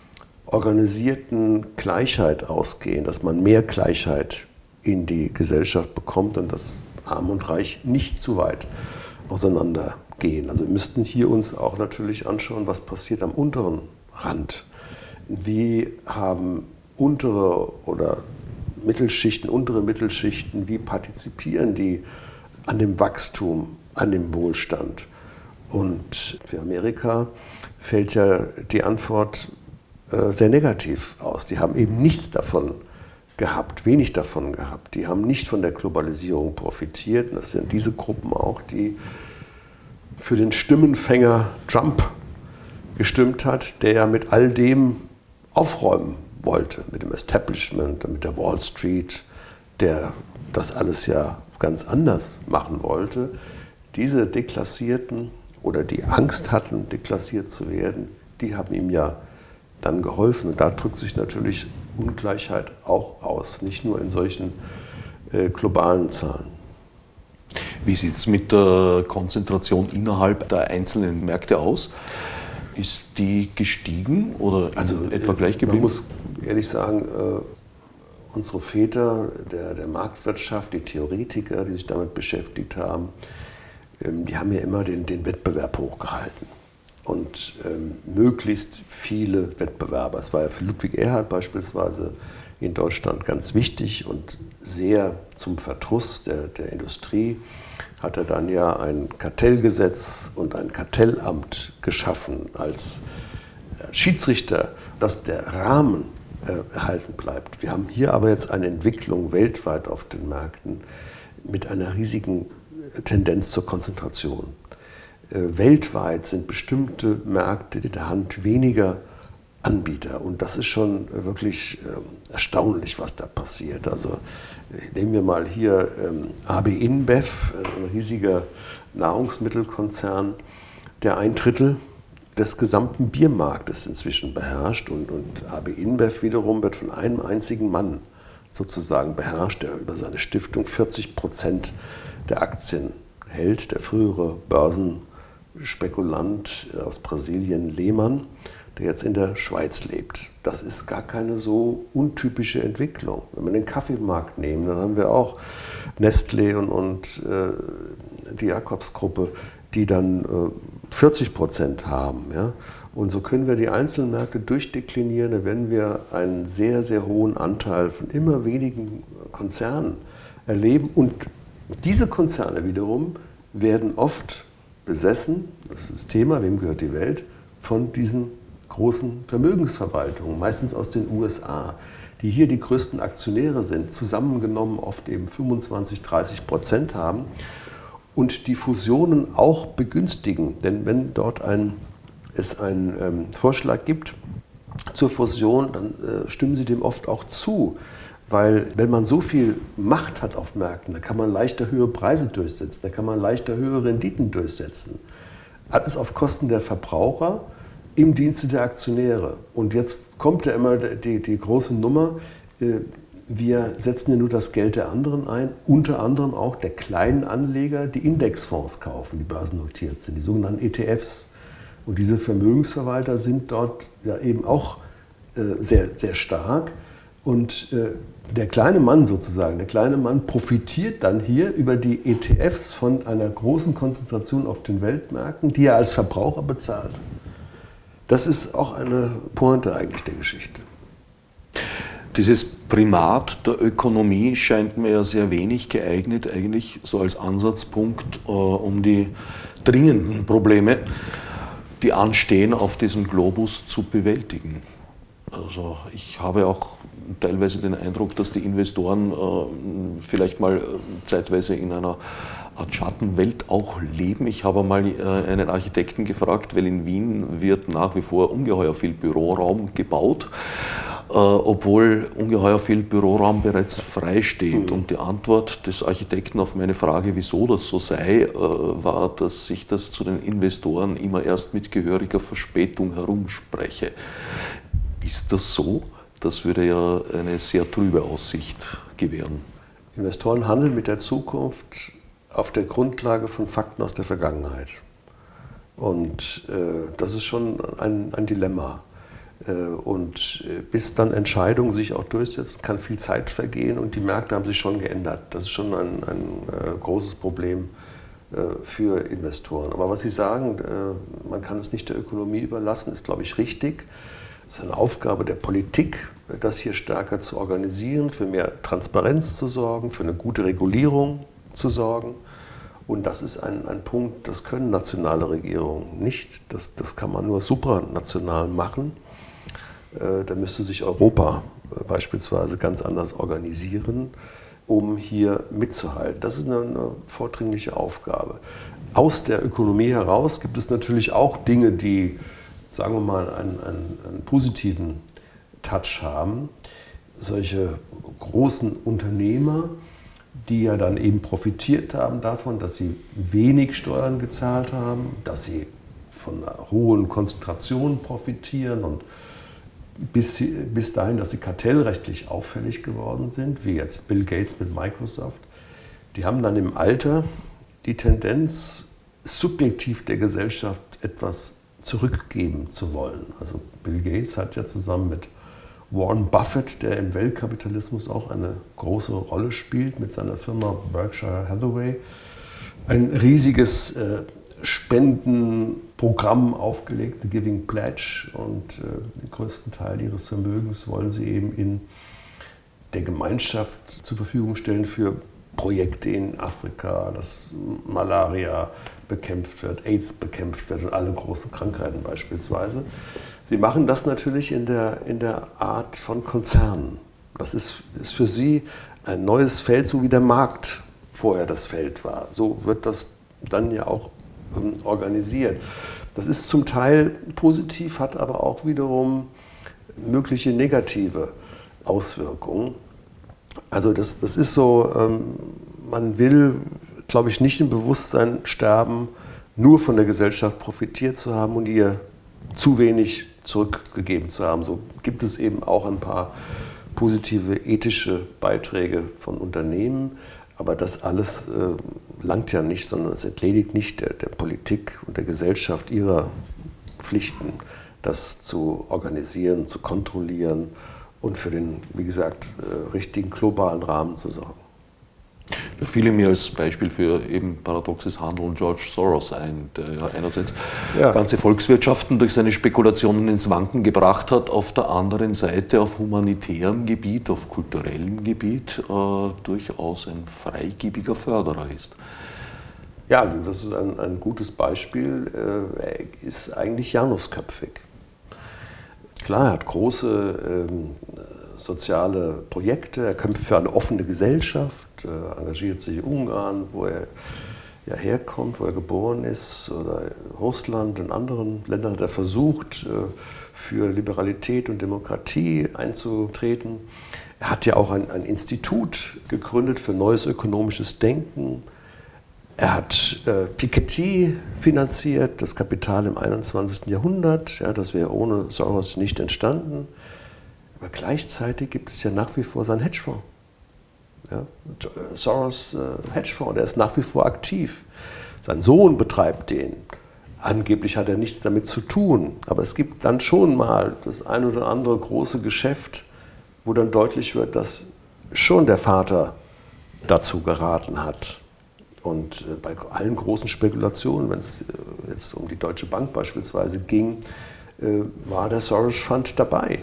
organisierten Gleichheit ausgehen, dass man mehr Gleichheit in die Gesellschaft bekommt und dass Arm und Reich nicht zu weit auseinandergehen. Also wir müssten hier uns auch natürlich anschauen, was passiert am unteren Rand. Wie haben untere oder Mittelschichten, untere Mittelschichten, wie partizipieren die an dem Wachstum, an dem Wohlstand? Und für Amerika fällt ja die Antwort sehr negativ aus. Die haben eben nichts davon gehabt, wenig davon gehabt. Die haben nicht von der Globalisierung profitiert. Das sind diese Gruppen auch, die für den Stimmenfänger Trump gestimmt hat, der ja mit all dem aufräumen wollte, mit dem Establishment, mit der Wall Street, der das alles ja ganz anders machen wollte, diese Deklassierten oder die Angst hatten, deklassiert zu werden, die haben ihm ja dann geholfen. Und da drückt sich natürlich Ungleichheit auch aus, nicht nur in solchen äh, globalen Zahlen. Wie sieht es mit der Konzentration innerhalb der einzelnen Märkte aus? Ist die gestiegen oder also etwa gleich geblieben? Man muss ehrlich sagen, äh, unsere Väter der, der Marktwirtschaft, die Theoretiker, die sich damit beschäftigt haben, ähm, die haben ja immer den, den Wettbewerb hochgehalten. Und ähm, möglichst viele Wettbewerber. Es war ja für Ludwig Erhard beispielsweise in Deutschland ganz wichtig und sehr zum Verdruss der, der Industrie hat er dann ja ein Kartellgesetz und ein Kartellamt geschaffen als Schiedsrichter, dass der Rahmen äh, erhalten bleibt. Wir haben hier aber jetzt eine Entwicklung weltweit auf den Märkten mit einer riesigen Tendenz zur Konzentration. Äh, weltweit sind bestimmte Märkte in der Hand weniger Anbieter. Und das ist schon wirklich äh, erstaunlich, was da passiert. Also nehmen wir mal hier ähm, A B InBev, ein riesiger Nahrungsmittelkonzern, der ein Drittel des gesamten Biermarktes inzwischen beherrscht. Und, und A B InBev wiederum wird von einem einzigen Mann sozusagen beherrscht, der über seine Stiftung vierzig Prozent der Aktien hält, der frühere Börsenspekulant aus Brasilien, Lehmann, der jetzt in der Schweiz lebt. Das ist gar keine so untypische Entwicklung. Wenn wir den Kaffeemarkt nehmen, dann haben wir auch Nestlé und, und äh, die Jacobs-Gruppe, die dann äh, vierzig Prozent haben. Ja? Und so können wir die einzelnen Märkte durchdeklinieren, da werden wir einen sehr, sehr hohen Anteil von immer wenigen Konzernen erleben. Und diese Konzerne wiederum werden oft besessen, das ist das Thema, wem gehört die Welt, von diesen großen Vermögensverwaltungen, meistens aus den U S A, die hier die größten Aktionäre sind, zusammengenommen oft eben fünfundzwanzig, dreißig Prozent haben und die Fusionen auch begünstigen. Denn wenn dort ein, es einen ähm, Vorschlag gibt zur Fusion, dann äh, stimmen sie dem oft auch zu. Weil wenn man so viel Macht hat auf Märkten, dann kann man leichter höhere Preise durchsetzen, dann kann man leichter höhere Renditen durchsetzen. Alles auf Kosten der Verbraucher, im Dienste der Aktionäre. Und jetzt kommt ja immer die, die große Nummer, wir setzen ja nur das Geld der anderen ein, unter anderem auch der kleinen Anleger, die Indexfonds kaufen, die börsennotiert sind, die sogenannten E T Fs. Und diese Vermögensverwalter sind dort ja eben auch sehr, sehr stark. Und der kleine Mann sozusagen, der kleine Mann profitiert dann hier über die E T Fs von einer großen Konzentration auf den Weltmärkten, die er als Verbraucher bezahlt. Das ist auch eine Pointe eigentlich der Geschichte. Dieses Primat der Ökonomie scheint mir ja sehr wenig geeignet, eigentlich so als Ansatzpunkt, äh, um die dringenden Probleme, die anstehen, auf diesem Globus zu bewältigen. Also ich habe auch teilweise den Eindruck, dass die Investoren äh, vielleicht mal zeitweise in einer Art Schattenwelt auch leben. Ich habe mal äh, einen Architekten gefragt, weil in Wien wird nach wie vor ungeheuer viel Büroraum gebaut, äh, obwohl ungeheuer viel Büroraum bereits frei steht. Mhm. Und die Antwort des Architekten auf meine Frage, wieso das so sei, äh, war, dass ich das zu den Investoren immer erst mit gehöriger Verspätung herumspreche. Ist das so? Das würde ja eine sehr trübe Aussicht gewähren. Investoren handeln mit der Zukunft auf der Grundlage von Fakten aus der Vergangenheit. Und äh, das ist schon ein, ein Dilemma. Äh, und äh, bis dann Entscheidungen sich auch durchsetzen, kann viel Zeit vergehen und die Märkte haben sich schon geändert. Das ist schon ein, ein äh, großes Problem äh, für Investoren. Aber was Sie sagen, äh, man kann es nicht der Ökonomie überlassen, ist, glaube ich, richtig. Es ist eine Aufgabe der Politik, das hier stärker zu organisieren, für mehr Transparenz zu sorgen, für eine gute Regulierung zu sorgen. Und das ist ein, ein Punkt, das können nationale Regierungen nicht. Das, das kann man nur supranational machen. Äh, da müsste sich Europa äh, beispielsweise ganz anders organisieren, um hier mitzuhalten. Das ist eine, eine vordringliche Aufgabe. Aus der Ökonomie heraus gibt es natürlich auch Dinge, die, sagen wir mal, einen, einen, einen positiven Touch haben. Solche großen Unternehmer, die ja dann eben profitiert haben davon, dass sie wenig Steuern gezahlt haben, dass sie von einer hohen Konzentration profitieren und bis, bis dahin, dass sie kartellrechtlich auffällig geworden sind, wie jetzt Bill Gates mit Microsoft. Die haben dann im Alter die Tendenz, subjektiv der Gesellschaft etwas zurückgeben zu wollen. Also Bill Gates hat ja zusammen mit Warren Buffett, der im Weltkapitalismus auch eine große Rolle spielt, mit seiner Firma Berkshire Hathaway, ein riesiges äh, Spendenprogramm aufgelegt, The Giving Pledge, und äh, den größten Teil ihres Vermögens wollen sie eben in der Gemeinschaft zur Verfügung stellen für Projekte in Afrika, dass Malaria bekämpft wird, AIDS bekämpft wird und alle großen Krankheiten beispielsweise. Sie machen das natürlich in der, in der Art von Konzernen. Das ist, ist für sie ein neues Feld, so wie der Markt vorher das Feld war. So wird das dann ja auch ähm, organisiert. Das ist zum Teil positiv, hat aber auch wiederum mögliche negative Auswirkungen. Also das, das ist so, ähm, man will, glaube ich, nicht im Bewusstsein sterben, nur von der Gesellschaft profitiert zu haben und ihr zu wenig zurückgegeben zu haben. So gibt es eben auch ein paar positive ethische Beiträge von Unternehmen, aber das alles äh, langt ja nicht, sondern es entledigt nicht der, der Politik und der Gesellschaft ihrer Pflichten, das zu organisieren, zu kontrollieren und für den, wie gesagt, äh, richtigen globalen Rahmen zu sorgen. Da fiel mir als Beispiel für eben paradoxes Handeln George Soros ein, der ja einerseits ja. ganze Volkswirtschaften durch seine Spekulationen ins Wanken gebracht hat, auf der anderen Seite auf humanitärem Gebiet, auf kulturellem Gebiet äh, durchaus ein freigebiger Förderer ist. Ja, das ist ein, ein gutes Beispiel. Er ist eigentlich janusköpfig. Klar, er hat große ähm, soziale Projekte, er kämpft für eine offene Gesellschaft, äh, engagiert sich in Ungarn, wo er ja herkommt, wo er geboren ist, oder Russland und anderen Ländern hat er versucht, äh, für Liberalität und Demokratie einzutreten. Er hat ja auch ein, ein Institut gegründet für neues ökonomisches Denken. Er hat äh, Piketty finanziert, das Kapital im einundzwanzigsten Jahrhundert. Ja, das wäre ohne Soros nicht entstanden. Aber gleichzeitig gibt es ja nach wie vor seinen Hedgefonds. Ja, Soros äh, Hedgefonds, der ist nach wie vor aktiv. Sein Sohn betreibt den. Angeblich hat er nichts damit zu tun. Aber es gibt dann schon mal das ein oder andere große Geschäft, wo dann deutlich wird, dass schon der Vater dazu geraten hat. Und äh, bei allen großen Spekulationen, wenn es äh, jetzt um die Deutsche Bank beispielsweise ging, äh, war der Soros Fund dabei.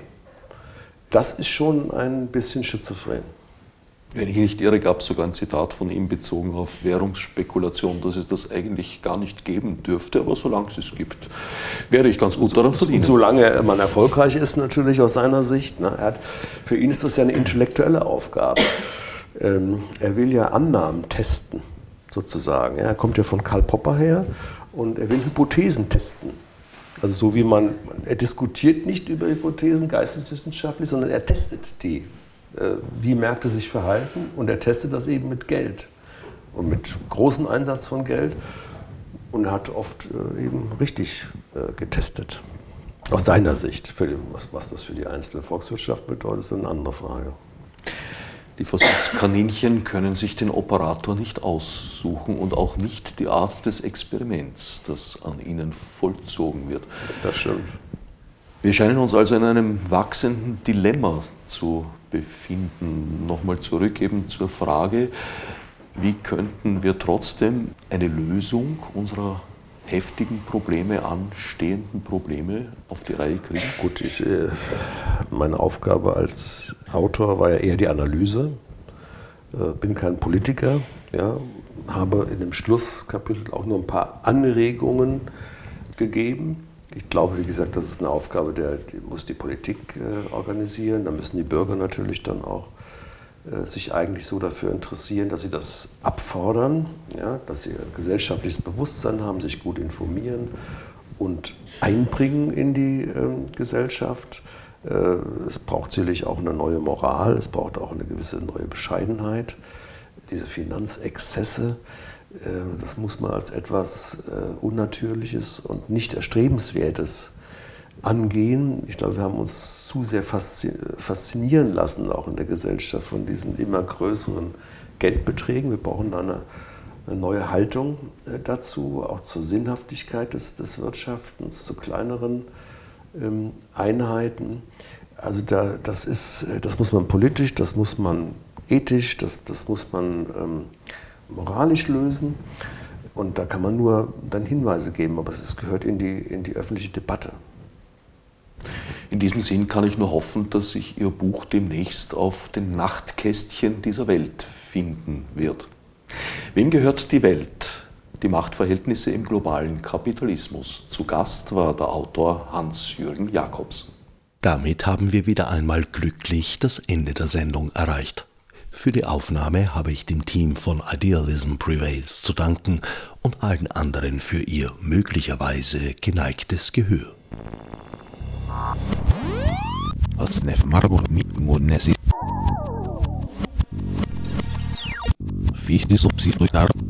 Das ist schon ein bisschen schizophren. Wenn ich nicht irre, gab es sogar ein Zitat von ihm bezogen auf Währungsspekulation, dass es das eigentlich gar nicht geben dürfte, aber solange es es gibt, werde ich ganz gut so, daran verdienen. Solange man erfolgreich ist, natürlich aus seiner Sicht. Ne? Er hat, für ihn ist das ja eine intellektuelle Aufgabe. Ähm, er will ja Annahmen testen, sozusagen. Er kommt ja von Karl Popper her und er will Hypothesen testen. Also so wie man, er diskutiert nicht über Hypothesen geisteswissenschaftlich, sondern er testet die, wie Märkte sich verhalten, und er testet das eben mit Geld und mit großem Einsatz von Geld, und er hat oft eben richtig getestet. Aus seiner Sicht. Für die, was, was das für die einzelne Volkswirtschaft bedeutet, ist eine andere Frage. Die Versuchskaninchen können sich den Operator nicht aussuchen und auch nicht die Art des Experiments, das an ihnen vollzogen wird. Das stimmt. Wir scheinen uns also in einem wachsenden Dilemma zu befinden. Nochmal zurück eben zur Frage, wie könnten wir trotzdem eine Lösung unserer heftigen Probleme, anstehenden Probleme auf die Reihe kriegen? Gut, ich, meine Aufgabe als Autor war ja eher die Analyse. Bin kein Politiker, ja, habe in dem Schlusskapitel auch nur ein paar Anregungen gegeben. Ich glaube, wie gesagt, das ist eine Aufgabe, der, die muss die Politik äh, organisieren. Da müssen die Bürger natürlich dann auch äh, sich eigentlich so dafür interessieren, dass sie das abfordern, ja, dass sie ein gesellschaftliches Bewusstsein haben, sich gut informieren und einbringen in die äh, Gesellschaft. Äh, es braucht sicherlich auch eine neue Moral, es braucht auch eine gewisse neue Bescheidenheit. diese Finanzexzesse, das muss man als etwas Unnatürliches und nicht Erstrebenswertes angehen. Ich glaube, wir haben uns zu sehr faszinieren lassen, auch in der Gesellschaft, von diesen immer größeren Geldbeträgen. Wir brauchen da eine, eine neue Haltung dazu, auch zur Sinnhaftigkeit des, des Wirtschaftens, zu kleineren ähm, Einheiten. Also da, das, ist, das muss man politisch, das muss man ethisch, das, das muss man ähm, moralisch lösen. Und da kann man nur dann Hinweise geben, aber es gehört in die, in die öffentliche Debatte. In diesem Sinn kann ich nur hoffen, dass sich Ihr Buch demnächst auf den Nachtkästchen dieser Welt finden wird. Wem gehört die Welt? Die Machtverhältnisse im globalen Kapitalismus. Zu Gast war der Autor Hans-Jürgen Jacobs. Damit haben wir wieder einmal glücklich das Ende der Sendung erreicht. Für die Aufnahme habe ich dem Team von Idealism Prevails zu danken und allen anderen für ihr möglicherweise geneigtes Gehör. Als Nef Margot mit Nesi. Fichte subsidiar.